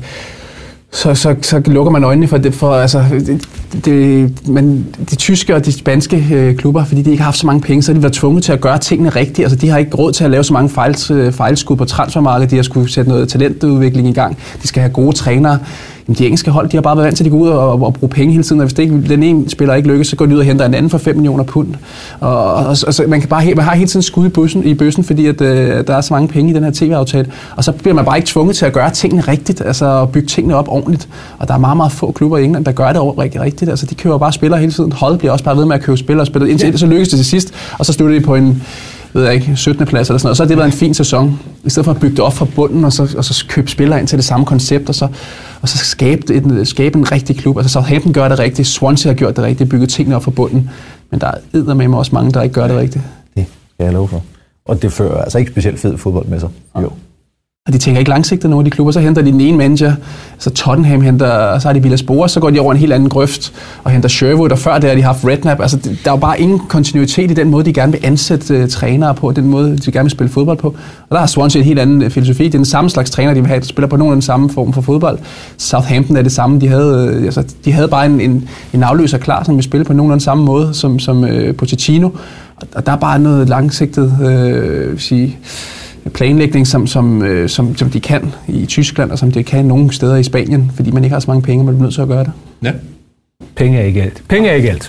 Så, så, så lukker man øjnene for det, for altså, det, det, men de tyske og de spanske øh, klubber, fordi de ikke har haft så mange penge, så har de været tvunget til at gøre tingene rigtigt. Altså, de har ikke råd til at lave så mange fejl, fejlskud på transfermarkedet. De har skulle sætte noget talentudvikling i gang. De skal have gode trænere. Jamen, de engelske hold, de har bare været vant til at gå ud og, og bruge penge hele tiden. Og hvis det ikke, den ene spiller ikke lykkes, så går de ud og henter en anden for fem millioner pund. Og, og, og så, man, kan bare, man har hele tiden skud i bøssen, i bøssen fordi at, øh, der er så mange penge i den her tv-aftale. Og så bliver man bare ikke tvunget til at gøre tingene rigtigt, altså at bygge tingene op ordentligt. Og der er meget, meget få klubber i England, der gør det rigtig rigtigt. Altså, de køber bare spillere hele tiden. Holdet bliver også bare ved med at købe spillere og spillere. Indtil så lykkes det til sidst, og så slutter de på en ved jeg ikke, syttende plads eller sådan noget. Og så har det været en fin sæson. I stedet for at bygge det op fra bunden, og så, og så købe spillere ind til det samme koncept, og så, og så skabe, en, skabe en rigtig klub. Altså Southampton gør det rigtigt, Swansea har gjort det rigtigt, bygget tingene op fra bunden. Men der er eddermame også mange, der ikke gør det rigtigt. Det kan jeg love for. Og det fører altså ikke specielt fed fodbold med sig. Jo. Og de tænker ikke langsigtet nogle af de klubber, så henter de den ene manager, så Tottenham henter, og så har de Villas-Boas, så går de over en helt anden grøft og henter Sherwood, og før det har de haft Redknapp. Altså, der er jo bare ingen kontinuitet i den måde, de gerne vil ansætte uh, trænere på, den måde, de gerne vil spille fodbold på. Og der har Swansea en helt anden filosofi. Det er den samme slags træner, de vil have, der spiller på nogen af den samme form for fodbold. Southampton er det samme. De havde, uh, altså, de havde bare en, en, en afløser klar, som vil spille på nogen af den samme måde som, som uh, Pochettino. Og der er bare noget langsigtet, uh, sige... planlægning, som, som, øh, som, som de kan i Tyskland, og som de kan nogle steder i Spanien, fordi man ikke har så mange penge, man er nødt til at gøre det. Ja. Penge er ikke alt. Penge er ikke alt.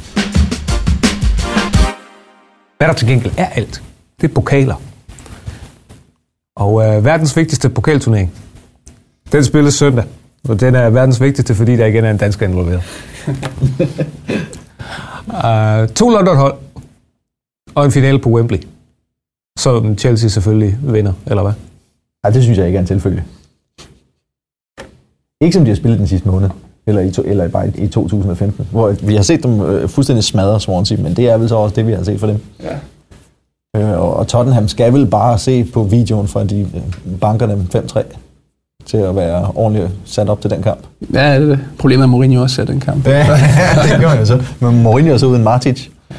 Hvad der til gengæld er alt, det er pokaler. Og øh, verdens vigtigste pokalturnering, den spilles søndag. Og den er verdens vigtigste, fordi der igen er en dansker involveret. uh, to London-hold og en finale på Wembley. Så Chelsea selvfølgelig vinder, eller hvad? Nej, det synes jeg ikke er en tilfælde. Ikke som de har spillet den sidste måned, eller i, to, eller bare i, i to tusind og femten, hvor vi har set dem øh, fuldstændig smadre Swansea, men det er vel så også det, vi har set for dem. Ja. Øh, og, og Tottenham skal vel bare se på videoen fra de øh, banker dem fem tre til at være ordentligt sat op til den kamp. Ja, det er det. Problemet er, at Mourinho også satte den kamp. Ja, det gør jeg så. Men Mourinho er så uden Matic.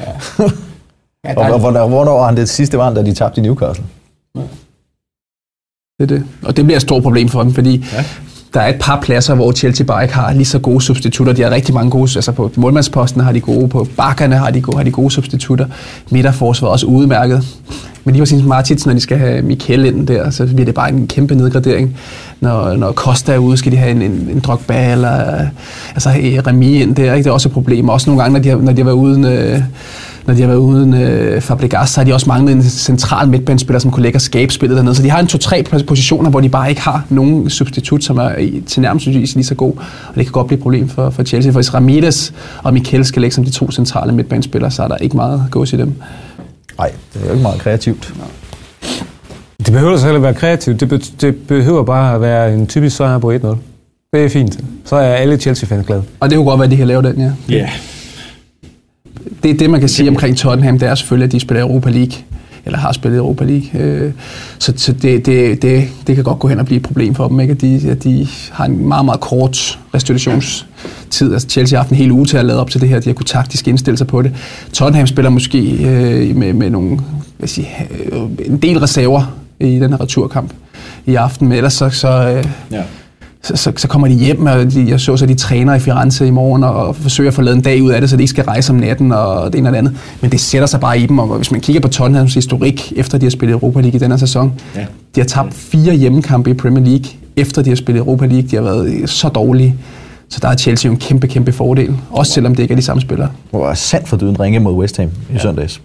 Ja. Ja, og hvornår, hvornår var han det sidste var han, da de tabte i Newcastle? Ja. Det er det. Og det bliver et stort problem for dem, fordi ja. Der er et par pladser, hvor Chelsea bare ikke har lige så gode substitutter. De har rigtig mange gode, altså på målmandsposten har de gode, på bakkerne har de gode, har de gode substitutter. Midterforsvaret også udmærket. Men lige præcis Martins, når de skal have Mikel ind der, så bliver det bare en kæmpe nedgradering. Når, når Costa er ude, skal de have en, en, en Drogba eller altså Remy ind der. Ikke? Det er også et problem. Også nogle gange, når de har, når de har været uden... Øh, Når de har været uden øh, Fabregas, så har de også manglet en central midtbanespiller, som kunne lægge og skabe spillet dernede. Så de har en to-tre positioner, hvor de bare ikke har nogen substitut, som er i, til nærmest lige så god. Og det kan godt blive et problem for, for Chelsea. For hvis Ramirez og Mikel skal lægge som de to centrale midtbanespillere, så er der ikke meget gås i dem. Nej, det er jo ikke meget kreativt. Det behøver så heller være kreativt. Det, be- det behøver bare at være en typisk sejr på et nul. Det er fint. Så er alle Chelsea-fans glade. Og det kunne godt være, at de kan lave den, ja. Ja. Yeah. Det er det, man kan sige omkring Tottenham, det er selvfølgelig, at de spiller Europa League, eller har spillet Europa League. Så, så det, det, det, det kan godt gå hen og blive et problem for dem, ikke? At, de, at de har en meget, meget kort restitutionstid. Altså Chelsea har haft en hel uge til at lade op til det her, de har kunnet taktisk indstille sig på det. Tottenham spiller måske øh, med, med nogle, hvad sige, øh, en del reserver i den her returkamp i aften, men ellers så... så øh, ja. Så, så, så kommer de hjem, og de, jeg så så de træner i Firenze i morgen, og, og forsøger at få lavet en dag ud af det, så de ikke skal rejse om natten og det ene og det andet. Men det sætter sig bare i dem, og hvis man kigger på Tottenhams historik, efter de har spillet Europa League i denne sæson, ja. De har tabt fire hjemmekampe i Premier League, efter de har spillet Europa League. De har været så dårlige, så der er Chelsea jo en kæmpe, kæmpe fordel, også selvom det ikke er de samme spillere. Hvor er sandt for dyden ringe mod West Ham i ja. søndags.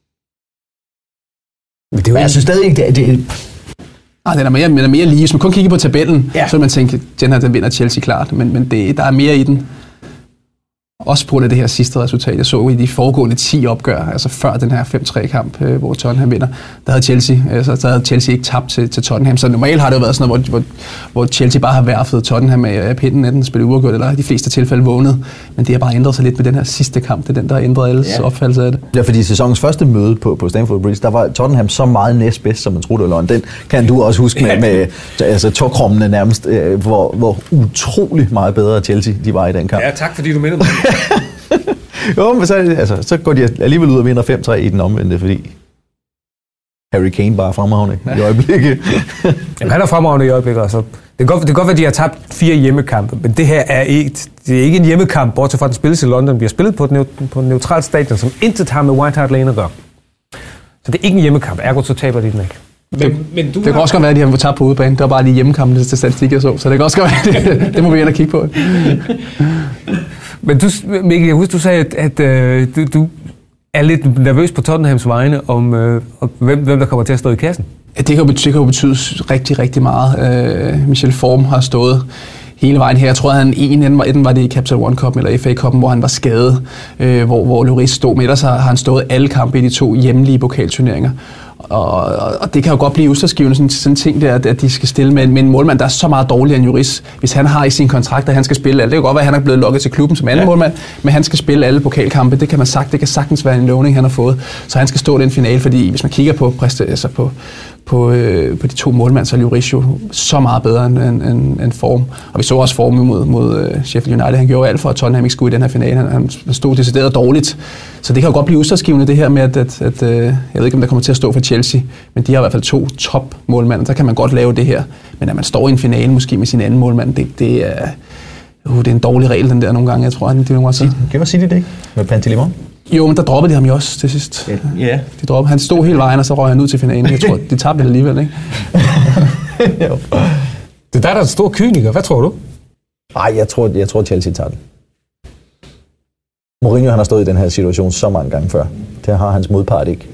Men det er jo jeg synes stadig ikke, det, det Ah, den er mere, den er mere lige. Hvis man kun kigger på tabellen, ja. Så vil man tænke, at den her den vinder Chelsea klart. Men, men det, der er mere i den. Også på det her sidste resultat. Jeg så i de foregående ti opgør, altså før den her fem-tre-kamp, øh, hvor Tottenham vinder, der havde Chelsea, altså, der havde Chelsea ikke tabt til, til Tottenham. Så normalt har det jo været sådan noget, hvor, hvor, hvor Chelsea bare har værfet Tottenham af pinden, enten spillet uafgjort, eller i de fleste tilfælde vundet. Men det har bare ændret sig lidt med den her sidste kamp. Det er den, der har ændret alles ja. opfattelse af det. Ja, fordi sæsonens første møde på, på Stamford Bridge, der var Tottenham så meget næstbedst, som man troede, det var løgn. Den kan du også huske med, med altså, tåkrummene nærmest, øh, hvor, hvor utrolig meget bedre Chelsea de var i den kamp. Ja, tak fordi du minder mig. Jo, men så, altså, så går de alligevel ud og vinder fem tre i den omvendte, fordi Harry Kane bare er fremragende ja. i øjeblikket. Jamen, han er fremragende i øjeblikket. Altså. Det kan godt, det kan godt være, at de har tabt fire hjemmekampe, men det her er ikke, det er ikke en hjemmekamp, bortset fra, at den spilles i London. Vi har spillet på et, på et neutralt stadion, som intet har med White Hart Lane at gøre. Så det er ikke en hjemmekamp. Ergo, så taber de den ikke. Men, men du det kan har... også godt være, at de har tabt på udebane. Det var bare lige hjemmekampen til statistik, jeg så. Så det kan også godt være, det, det må vi ind og kigge på. Men du, Mikkel, jeg husker, du sagde, at, at øh, du, du er lidt nervøs på Tottenhams vegne om, øh, om hvem, hvem der kommer til at stå i kassen. Ja, det kan jo betyde, det kan jo betyde rigtig, rigtig meget. Øh, Michel Form har stået hele vejen her. Jeg tror, at han en enden var, enten var det i Capital One Cup eller F A Cup'en, hvor han var skadet, øh, hvor, hvor Lloris stod med. Ellers har han stået alle kampe i de to hjemlige pokalturneringer. Og, og, og det kan jo godt blive udslagsgivende sådan, sådan en ting der, at de skal stille med, med en målmand, der er så meget dårligere end Lloris. Hvis han har i sin kontrakt, at han skal spille alle. Det kan godt være, at han er blevet lukket til klubben som anden ja. målmand, men han skal spille alle pokalkampe. Det kan man sagt, det kan sagtens være en lovning, han har fået. Så han skal stå i den finale, fordi hvis man kigger på, altså på, på, øh, på de to målmænd, så er Lloris jo så meget bedre end, end, end, end Form. Og vi så også Form mod, mod uh, Sheffield United. Han gjorde alt for, at Tottenham ikke skulle i den her finale. Han, han stod decideret dårligt. Så det kan jo godt blive udslagsgivende, det her med, at, at, at uh, jeg ved ikke, om der kommer til at stå for Chelsea, men de har i hvert fald to top målmænd. Der kan man godt lave det her. Men at man står i en finale, måske med sin anden målmand, det, det, er, uh, det er en dårlig regel, den der nogle gange. Jeg tror, han, det er nogle gange. Kan man sige det, det ikke? Med Pantelimon? Jo, men der droppede de ham jo også til sidst. Ja. Yeah. De droppede. Han stod hele vejen, og så røg han ud til finalen. Jeg tror, de tabte det alligevel, ikke? Det er dig, der er en stor kyniker. Hvad tror du? Nej, jeg tror, jeg tror Chelsea tager den. Mourinho, han har stået i den her situation så mange gange før. Det har hans modpart ikke.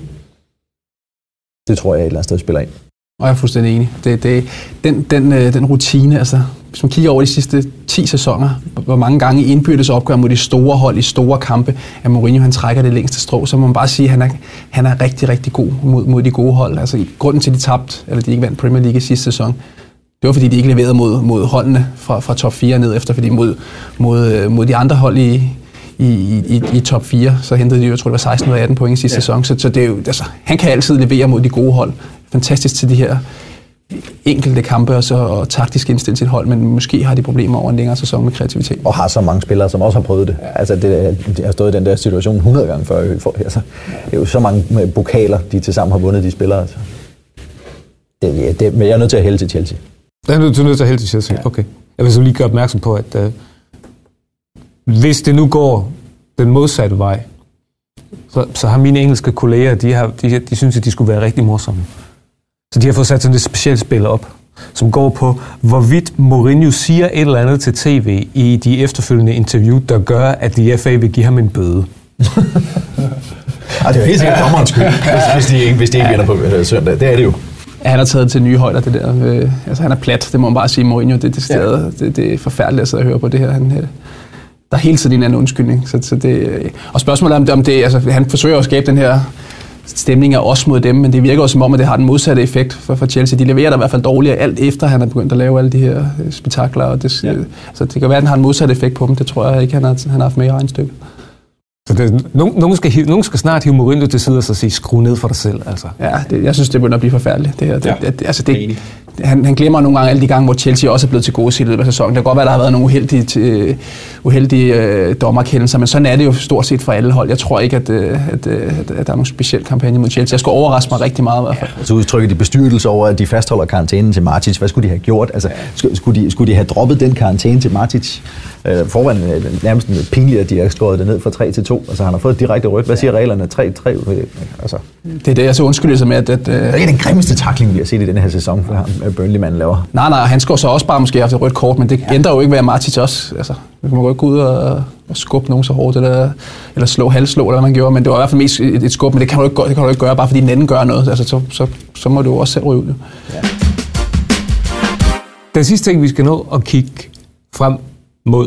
Det tror jeg et eller andet sted spiller ind. Og jeg er fuldstændig enig. Det, det, den, den, den rutine, altså, hvis man kigger over de sidste ti sæsoner, hvor mange gange i indbyrdes opgør mod de store hold i store kampe, at Mourinho han trækker det længste strå, så må man bare sige, at han er, han er rigtig, rigtig god mod, mod de gode hold. Altså, grunden til, at de tabte, eller de ikke vandt Premier League i sidste sæson, det var, fordi de ikke leverede mod, mod holdene fra, fra top fire ned efter, fordi mod, mod, mod de andre hold i, i, i, i top fire, så hentede de jo, jeg tror det var seksten ud af atten point i sidste ja. sæson, så, så det er jo, altså, han kan altid levere mod de gode hold. Fantastisk til de her enkelte kampe og, så, og taktisk indstille sit hold, men måske har de problemer over en længere sæson med kreativitet. Og har så mange spillere, som også har prøvet det. Ja. Altså, det, de har stået i den der situation hundrede gange før. For, altså, det er jo så mange pokaler, de tilsammen har vundet, de spillere. Altså. Det, det, men jeg er nødt til at hælde til Chelsea. Jeg er nødt til, nødt til at hælde til Chelsea, ja. Okay. Jeg vil så lige gøre opmærksom på, at uh, hvis det nu går den modsatte vej, så, så har mine engelske kolleger, de, har, de, de synes, at de skulle være rigtig morsomme. Så de har fået sat sådan et specielt spil op, som går på, hvorvidt Mourinho siger et eller andet til tv i de efterfølgende interview, der gør, at de F A vil give ham en bøde. Ej, det er jo helt sikkert dommerens skyld, hvis de ikke, hvis de ikke vinder på øh, søndag. Det er det jo. Ja, han har taget til nye højder, det der. Øh, altså, han er plat, det må man bare sige, Mourinho. Det, det, ja. det, det er forfærdeligt at sidde og høre på det her. Han, der er hele tiden en anden undskyldning. Så, så det, og spørgsmålet er, om det, om det altså, han forsøger at skabe den her stemning af os mod dem, men det virker også som om, at det har den modsatte effekt for, for Chelsea. De leverer der i hvert fald dårligere alt efter, han er begyndt at lave alle de her spektakler. Og det, ja. Så det kan være, at den har en modsat effekt på dem. Det tror jeg ikke, han har, han har haft med i regnstykket. Så det, nogen, nogen, skal, nogen skal snart hive Mourinho til side og så sige, skru ned for dig selv. Altså. Ja, det, jeg synes, det begynder at blive forfærdeligt. Det her. Det, ja. det, altså det, han, han glemmer nogle gange alle de gange, hvor Chelsea også er blevet til gode i løbet af sæsonen. Det kan godt være, der har været nogle uheldige, uh, uheldige uh, dommerkendelser, men sådan er det jo stort set for alle hold. Jeg tror ikke, at, uh, at, uh, at, at der er nogen speciel kampagne mod Chelsea. Jeg skulle overraske mig rigtig meget i hvert fald. Ja, så udtrykker de bestyrtelse over, at de fastholder karantænen til Matic. Hvad skulle de have gjort? Altså, ja. skulle, de, skulle de have droppet den karantæne til Matic? Uh, foran uh, nærmest pinligt, at de har skåret det ned fra tre til to. Altså, han har fået direkte rødt. Hvad siger reglerne? tre tre Altså. Det er det, jeg så undskylder sig med, at... at uh... det er ikke den grimmeste tackling, vi har set i denne her sæson, for ham, Burnley-manden laver. Nej, nej, han skal så også bare måske have haft et rødt kort, men det ja. ændrer jo ikke ved, at Matic også... Altså, man kan jo ikke gå ud og, og skubbe nogen så hårdt, eller, eller slå halvslå, eller hvad man gjorde, men det var i hvert fald mest et, et skub, men det kan du ikke, det kan du ikke gøre, bare fordi den anden gør noget. Altså, så, så, så må du jo også selv ryge ud. Ja. Den sidste ting, vi skal nå at kigge frem mod,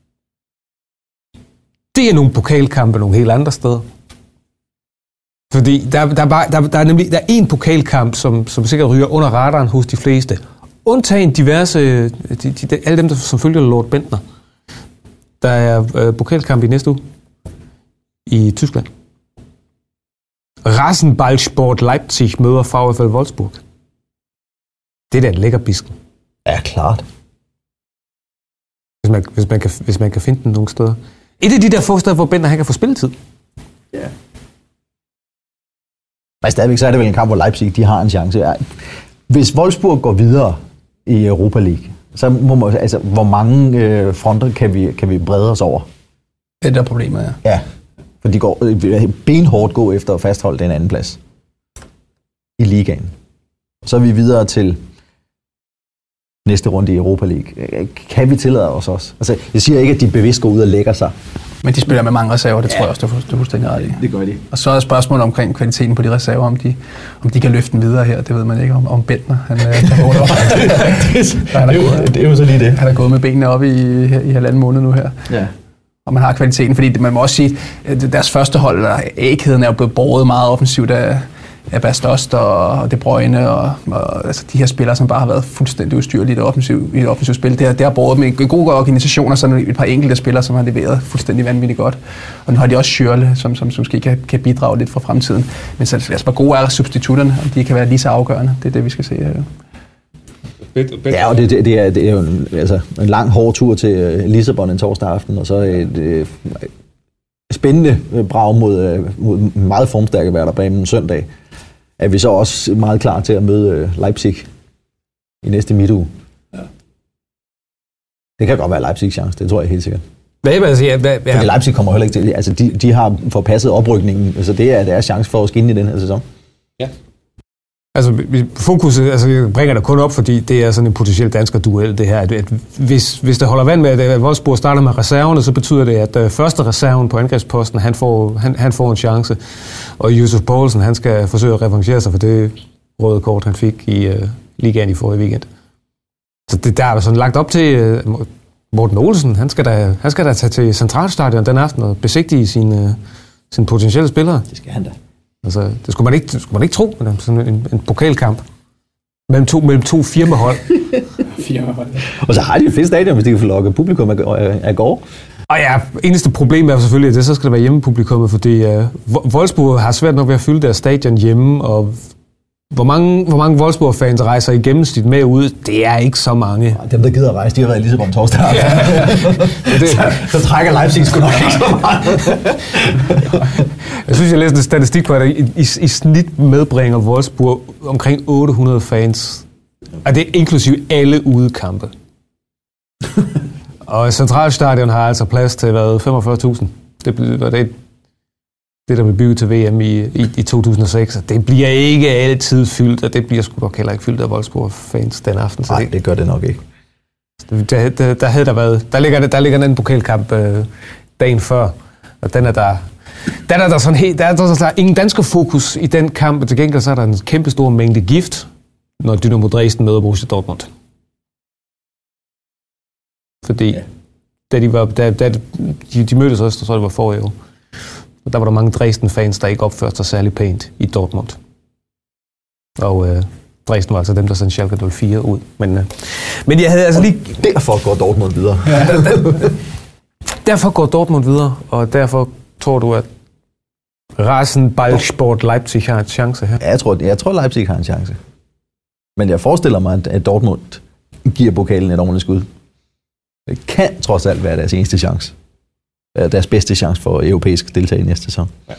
det er nogle pokalkampe nogle helt andre steder. Fordi der, der, er, bare, der, der er nemlig der er en pokalkamp, som, som sikkert ryger under radaren hos de fleste. Undtagen diverse, de, de, alle dem, der som følger Lord Bentner. Der er øh, pokalkamp i næste uge i Tyskland. Rasenballsport Leipzig møder VfL Wolfsburg. Det er da en lækker bisken. Ja, klart. Hvis man, hvis man, kan, hvis man kan finde den nogle steder. Et af de der få steder, hvor Bentner han kan få spilletid. Ja. Men stadigvæk så er det vel en kamp, hvor Leipzig de har en chance. Hvis Wolfsburg går videre i Europa League, så må man, altså, hvor mange øh, fronter kan vi, kan vi brede os over? Det er der problemet, ja. Ja, for de går øh, benhårdt gå efter at fastholde den anden plads i ligaen. Så er vi videre til næste runde i Europa League. Kan vi tillade os også? Altså, jeg siger ikke, at de bevidst går ud og lægger sig. Men de spiller med mange reserver, det ja. tror jeg også, du er fuldstændig ret i. Det gør de. Og så er spørgsmålet omkring kvaliteten på de reserver, om de, om de kan løfte den videre her. Det ved man ikke om, om Bentner. Han tager hårdt op. Det er jo så lige det. Han er gået med benene op i, i halvanden måned nu her. Ja. Og man har kvaliteten, fordi man må også sige, at deres første hold, A-kæden er jo blevet båret meget offensivt af af Bastost og De Bruyne og, og altså de her spillere, som bare har været fuldstændig udstyrlige i det offensive, i det offensive spil. Det har, det har båret med en god organisation og sådan et par enkelte spillere, som har leveret fuldstændig vanvittigt godt. Og nu har de også Schürrle, som, som, som måske kan, kan bidrage lidt fra fremtiden. Men så altså, hvor gode er substitutterne, og de kan være lige så afgørende. Det er det, vi skal se her. Ja, og det, det, det, er, det er jo en, altså, en lang, hård tur til Lissabon en torsdag aften, og så et øh, spændende brag mod, mod meget formstærke Werder Bremen søndag. Er vi så også meget klar til at møde Leipzig i næste midtuge? Ja. Det kan godt være Leipzigs chance, det tror jeg helt sikkert. Hvad vil jeg sige? Hvad, ja. Fordi Leipzig kommer heller ikke til. Altså, de, de har forpasset oprykningen, så det er deres chance for at skinne i den her sæson. Ja. Altså, fokus altså, jeg bringer det kun op, fordi det er sådan en potentiel dansker duel, det her. At, at hvis, hvis det holder vand med, at Wolfsburg starter med reserverne, så betyder det, at uh, første reserven på angrebsposten, han får, han, han får en chance. Og Yusuf Poulsen, han skal forsøge at revanchere sig for det røde kort, han fik i uh, ligaen i forrige weekend. Så det, der er sådan lagt op til uh, Morten Olsen, han skal, da, han skal da tage til Centralstadion den aften og besigtige sine, uh, sine potentielle spillere. Det skal han da. Altså, det skulle man ikke, det skulle man ikke tro, men sådan en, en pokalkamp mellem to, mellem to firmahold. firmahold. Og så har de et fedt stadion, hvis de kan få lukket publikum af går. Og ja, eneste problem er selvfølgelig, at det så skal der være hjemmepublikummet, fordi uh, Wolfsburg har svært nok ved at fylde deres stadion hjemme, og Hvor mange, hvor mange Wolfsburg-fans rejser i gennemsnit med ud? Det er ikke så mange. Dem, der gider at rejse, de har været i Lissabon torsdag. Ja. det, så, så trækker Leipzig sgu nok ikke så meget. Jeg synes, jeg læste en statistik på, at i, i, i snit medbringer Wolfsburg omkring otte hundrede fans. Og det er inklusive alle udekampe. Og Centralstadion har altså plads til hvad, femogfyrre tusind. Det var det, det, der blev bygget til V M i, i, i to tusind og seks. Det bliver ikke altid fyldt, og det bliver sgu nok heller ikke fyldt af Wolfsburg-fans den aften. Nej, det, det gør det nok ikke. Der, der, der havde der været... Der ligger, der ligger en pokalkamp øh, dagen før, og den er der... Den er der sådan helt... Der er, der, der er ingen dansker fokus i den kamp, og til gengæld så er der en kæmpe stor mængde gift, når Dynamo Dresden møder Borussia Dortmund. Fordi ja. da de var... Da, da de, de mødtes også, så tror jeg, det var forrige år. Og der var der mange Dresden-fans, der ikke opførte sig særlig pænt i Dortmund. Og øh, Dresden var altså dem, der sendte Schalke nul fire ud. Men, øh, men jeg havde altså lige... Derfor går Dortmund videre. Ja, derfor går Dortmund videre, og derfor tror du, at Rasenballsport Leipzig har en chance her? Ja, jeg tror, jeg tror Leipzig har en chance. Men jeg forestiller mig, at Dortmund giver pokalen et ordentligt skud. Det kan trods alt være deres eneste chance. Deres bedste chance for europæisk deltagelse i næste sæson. Ja.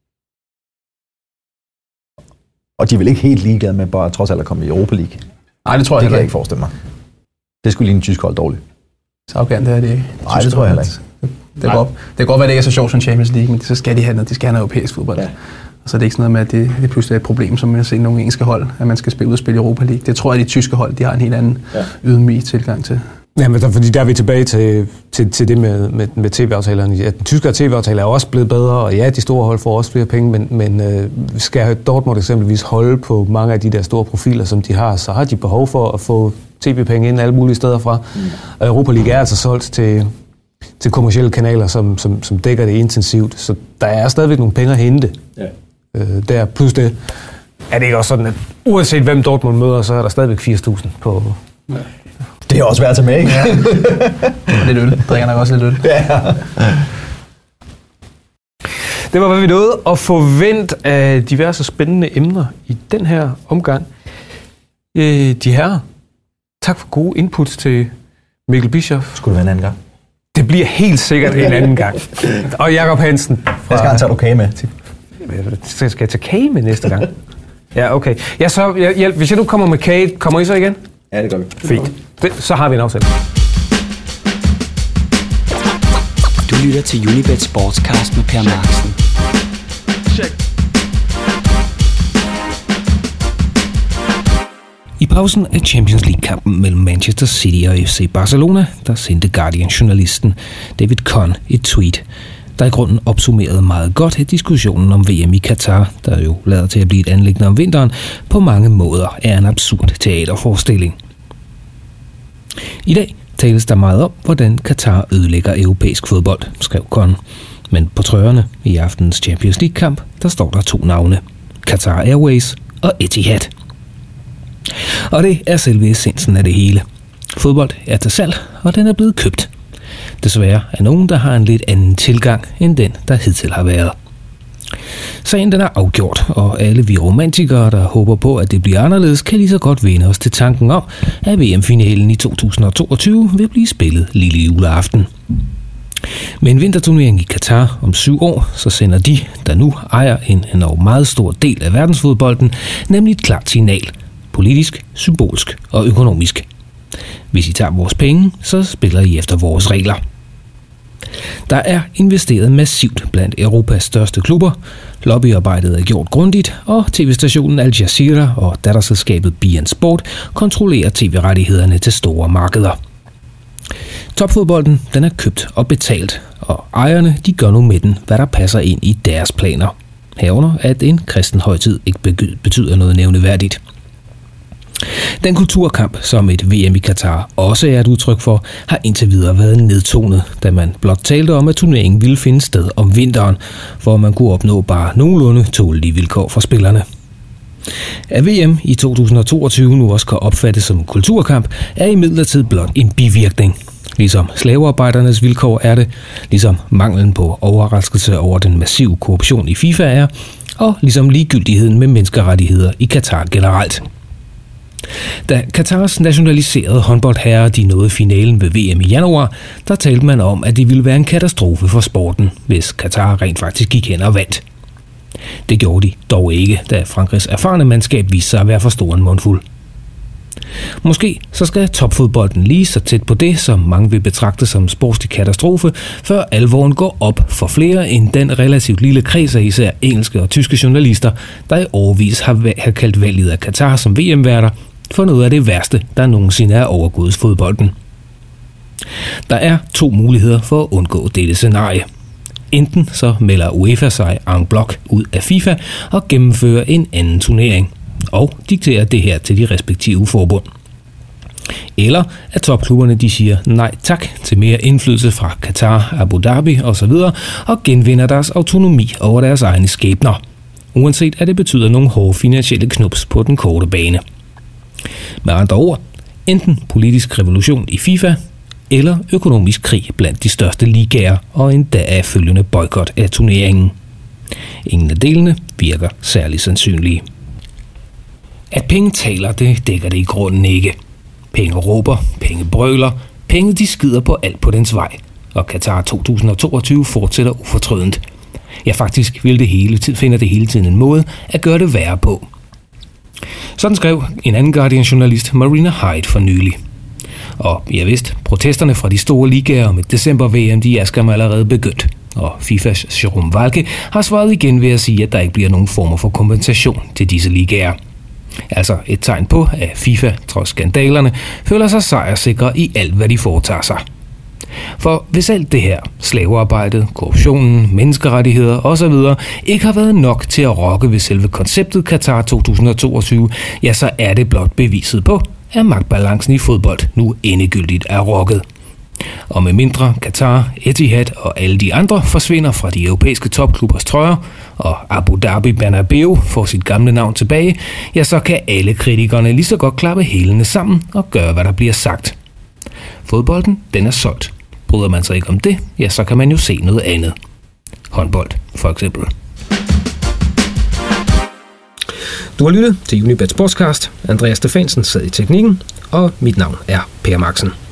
Og de er vel ikke helt ligeglade med bare trods alt at komme i Europa League. Nej, det tror jeg det kan jeg ikke. ikke forestille mig. Det skulle ligne en tysk hold dårligt. Så afgørende det er det ikke. Nej, det tror jeg heller ikke. Det kan, godt, det kan godt være, at det ikke er så sjovt som Champions League, men så skal de have noget, de skal have noget europæisk fodbold. Ja. Og så er det ikke sådan noget med, at det, det pludselig er et problem, som man ser nogle engelske hold, at man skal spille ud og spille i Europa League. Det tror jeg, at de tyske hold, de har en helt anden ja. ydmyg tilgang til. Ja, men der, fordi der er vi tilbage til, til, til det med, med, med tv-aftalerne. Ja, den tyske tv-aftale er også blevet bedre, og ja, de store hold får også flere penge, men, men øh, skal Dortmund eksempelvis holde på mange af de der store profiler, som de har, så har de behov for at få tv-penge ind alle mulige steder fra. Mm. Og Europa League er altså solgt til, til kommercielle kanaler, som, som, som dækker det intensivt, så der er stadigvæk nogle penge at hente. Ja. Øh, der plus det er det ikke også sådan, at uanset hvem Dortmund møder, så er der stadigvæk firs tusind på... Ja. Det er også værd at tage med, ikke? Ja. Lidt øl. Drikker nok også lidt øl. Ja. Det var, hvad vi nåede at forvente af diverse spændende emner i den her omgang. Øh, de her, tak for gode inputs til Mikkel Bischoff. Skulle det være en anden gang? Det bliver helt sikkert en anden gang. Og Jakob Hansen. Fra... Jeg skal han tage du kage med. Skal jeg tage kage med næste gang? Ja, okay. Ja, så, jeg, hvis jeg nu kommer med kage, kommer I så igen? Ja, det gør vi. Fint. Det, så har vi en aftale. Du lytter til Unibet Sportscast med Per Marksen. I pausen af Champions League-kampen mellem Manchester City og F C Barcelona, der sendte Guardian-journalisten David Conn et tweet, der i grunden opsummerede meget godt diskussionen om V M i Katar, der jo lader til at blive et anliggende om vinteren, på mange måder er en absurd teaterforestilling. I dag tales der meget om, hvordan Katar ødelægger europæisk fodbold, skrev Conn. Men på trøjerne i aftenens Champions League-kamp, der står der to navne. Qatar Airways og Etihad. Og det er selve essensen af det hele. Fodbold er til salg, og den er blevet købt. Desværre er nogen, der har en lidt anden tilgang, end den, der hidtil har været. Sagen den er afgjort, og alle vi romantikere, der håber på, at det bliver anderledes, kan lige så godt vende os til tanken om, at V M-finalen i to tusind og toogtyve vil blive spillet lille juleaften. Med en vinterturnering i Katar om syv år, så sender de, der nu ejer en enormt meget stor del af verdensfodbolden, nemlig et klart signal. Politisk, symbolsk og økonomisk. Hvis I tager vores penge, så spiller I efter vores regler. Der er investeret massivt blandt Europas største klubber, lobbyarbejdet er gjort grundigt, og tv-stationen Al Jazeera og datterselskabet B N Sport kontrollerer tv-rettighederne til store markeder. Topfodbolden den er købt og betalt, og ejerne de gør nu med den, hvad der passer ind i deres planer. Herunder, at en kristen højtid ikke betyder noget nævneværdigt. Den kulturkamp, som et V M i Katar også er et udtryk for, har indtil videre været nedtonet, da man blot talte om, at turneringen ville finde sted om vinteren, hvor man kunne opnå bare nogenlunde tålelige vilkår for spillerne. At V M i to tusind og toogtyve nu også kan opfattes som en kulturkamp, er imidlertid blot en bivirkning. Ligesom slavearbejdernes vilkår er det, ligesom manglen på overraskelse over den massive korruption i FIFA er, og ligesom ligegyldigheden med menneskerettigheder i Katar generelt. Da Katars nationaliserede håndboldherrer de nåede finalen ved V M i januar, der talte man om, at det ville være en katastrofe for sporten, hvis Katar rent faktisk gik hen og vandt. Det gjorde de dog ikke, da Frankrigs erfarne mandskab viste sig at være for stor en mundfuld. Måske så skal topfodbolden lige så tæt på det, som mange vil betragte som sportslig katastrofe, før alvoren går op for flere end den relativt lille kreds af især engelske og tyske journalister, der i årevis har, har kaldt valget af Katar som V M-værter for noget af det værste, der nogensinde er overgået fodbolden. Der er to muligheder for at undgå dette scenarie. Enten så melder UEFA sig en blok ud af FIFA og gennemfører en anden turnering, og dikterer det her til de respektive forbund. Eller at topklubberne de siger nej tak til mere indflydelse fra Qatar, Abu Dhabi osv. og genvinder deres autonomi over deres egne skæbner, uanset at det betyder nogle hårde finansielle knups på den korte bane. Med andre ord, enten politisk revolution i FIFA, eller økonomisk krig blandt de største ligaer og endda af følgende boykot af turneringen. Ingen af delene virker særlig sandsynlige. At penge taler, det dækker det i grunden ikke. Penge råber, penge brøler, penge de skider på alt på dens vej, og Qatar to tusind og toogtyve fortsætter ufortrødent. Ja, faktisk vil det hele tid, finder det hele tiden en måde at gøre det værre på. Sådan skrev en anden Guardian-journalist, Marina Hyde, for nylig. Og jeg vidste, protesterne fra de store ligaer om et december-V M, de er skam allerede begyndt. Og FIFAs Jerome Valcke har svaret igen ved at sige, at der ikke bliver nogen former for kompensation til disse ligaer. Altså et tegn på, at FIFA, trods skandalerne, føler sig sejrsikre i alt, hvad de foretager sig. For hvis alt det her, slavearbejdet, korruptionen, menneskerettigheder osv. ikke har været nok til at rokke ved selve konceptet Qatar to tusind og toogtyve, ja, så er det blot beviset på, at magtbalancen i fodbold nu endegyldigt er rokket. Og med mindre Qatar, Etihad og alle de andre forsvinder fra de europæiske topklubbers trøjer, og Abu Dhabi Bernabeu får sit gamle navn tilbage, ja, så kan alle kritikerne lige så godt klappe hælene sammen og gøre, hvad der bliver sagt. Fodbolden, den er solgt. Bryder man sig ikke om det, ja, så kan man jo se noget andet. Håndbold, for eksempel. Du har lyttet til Unibet Sportscast. Andreas Stefansen sad i teknikken, og mit navn er Per Maxen.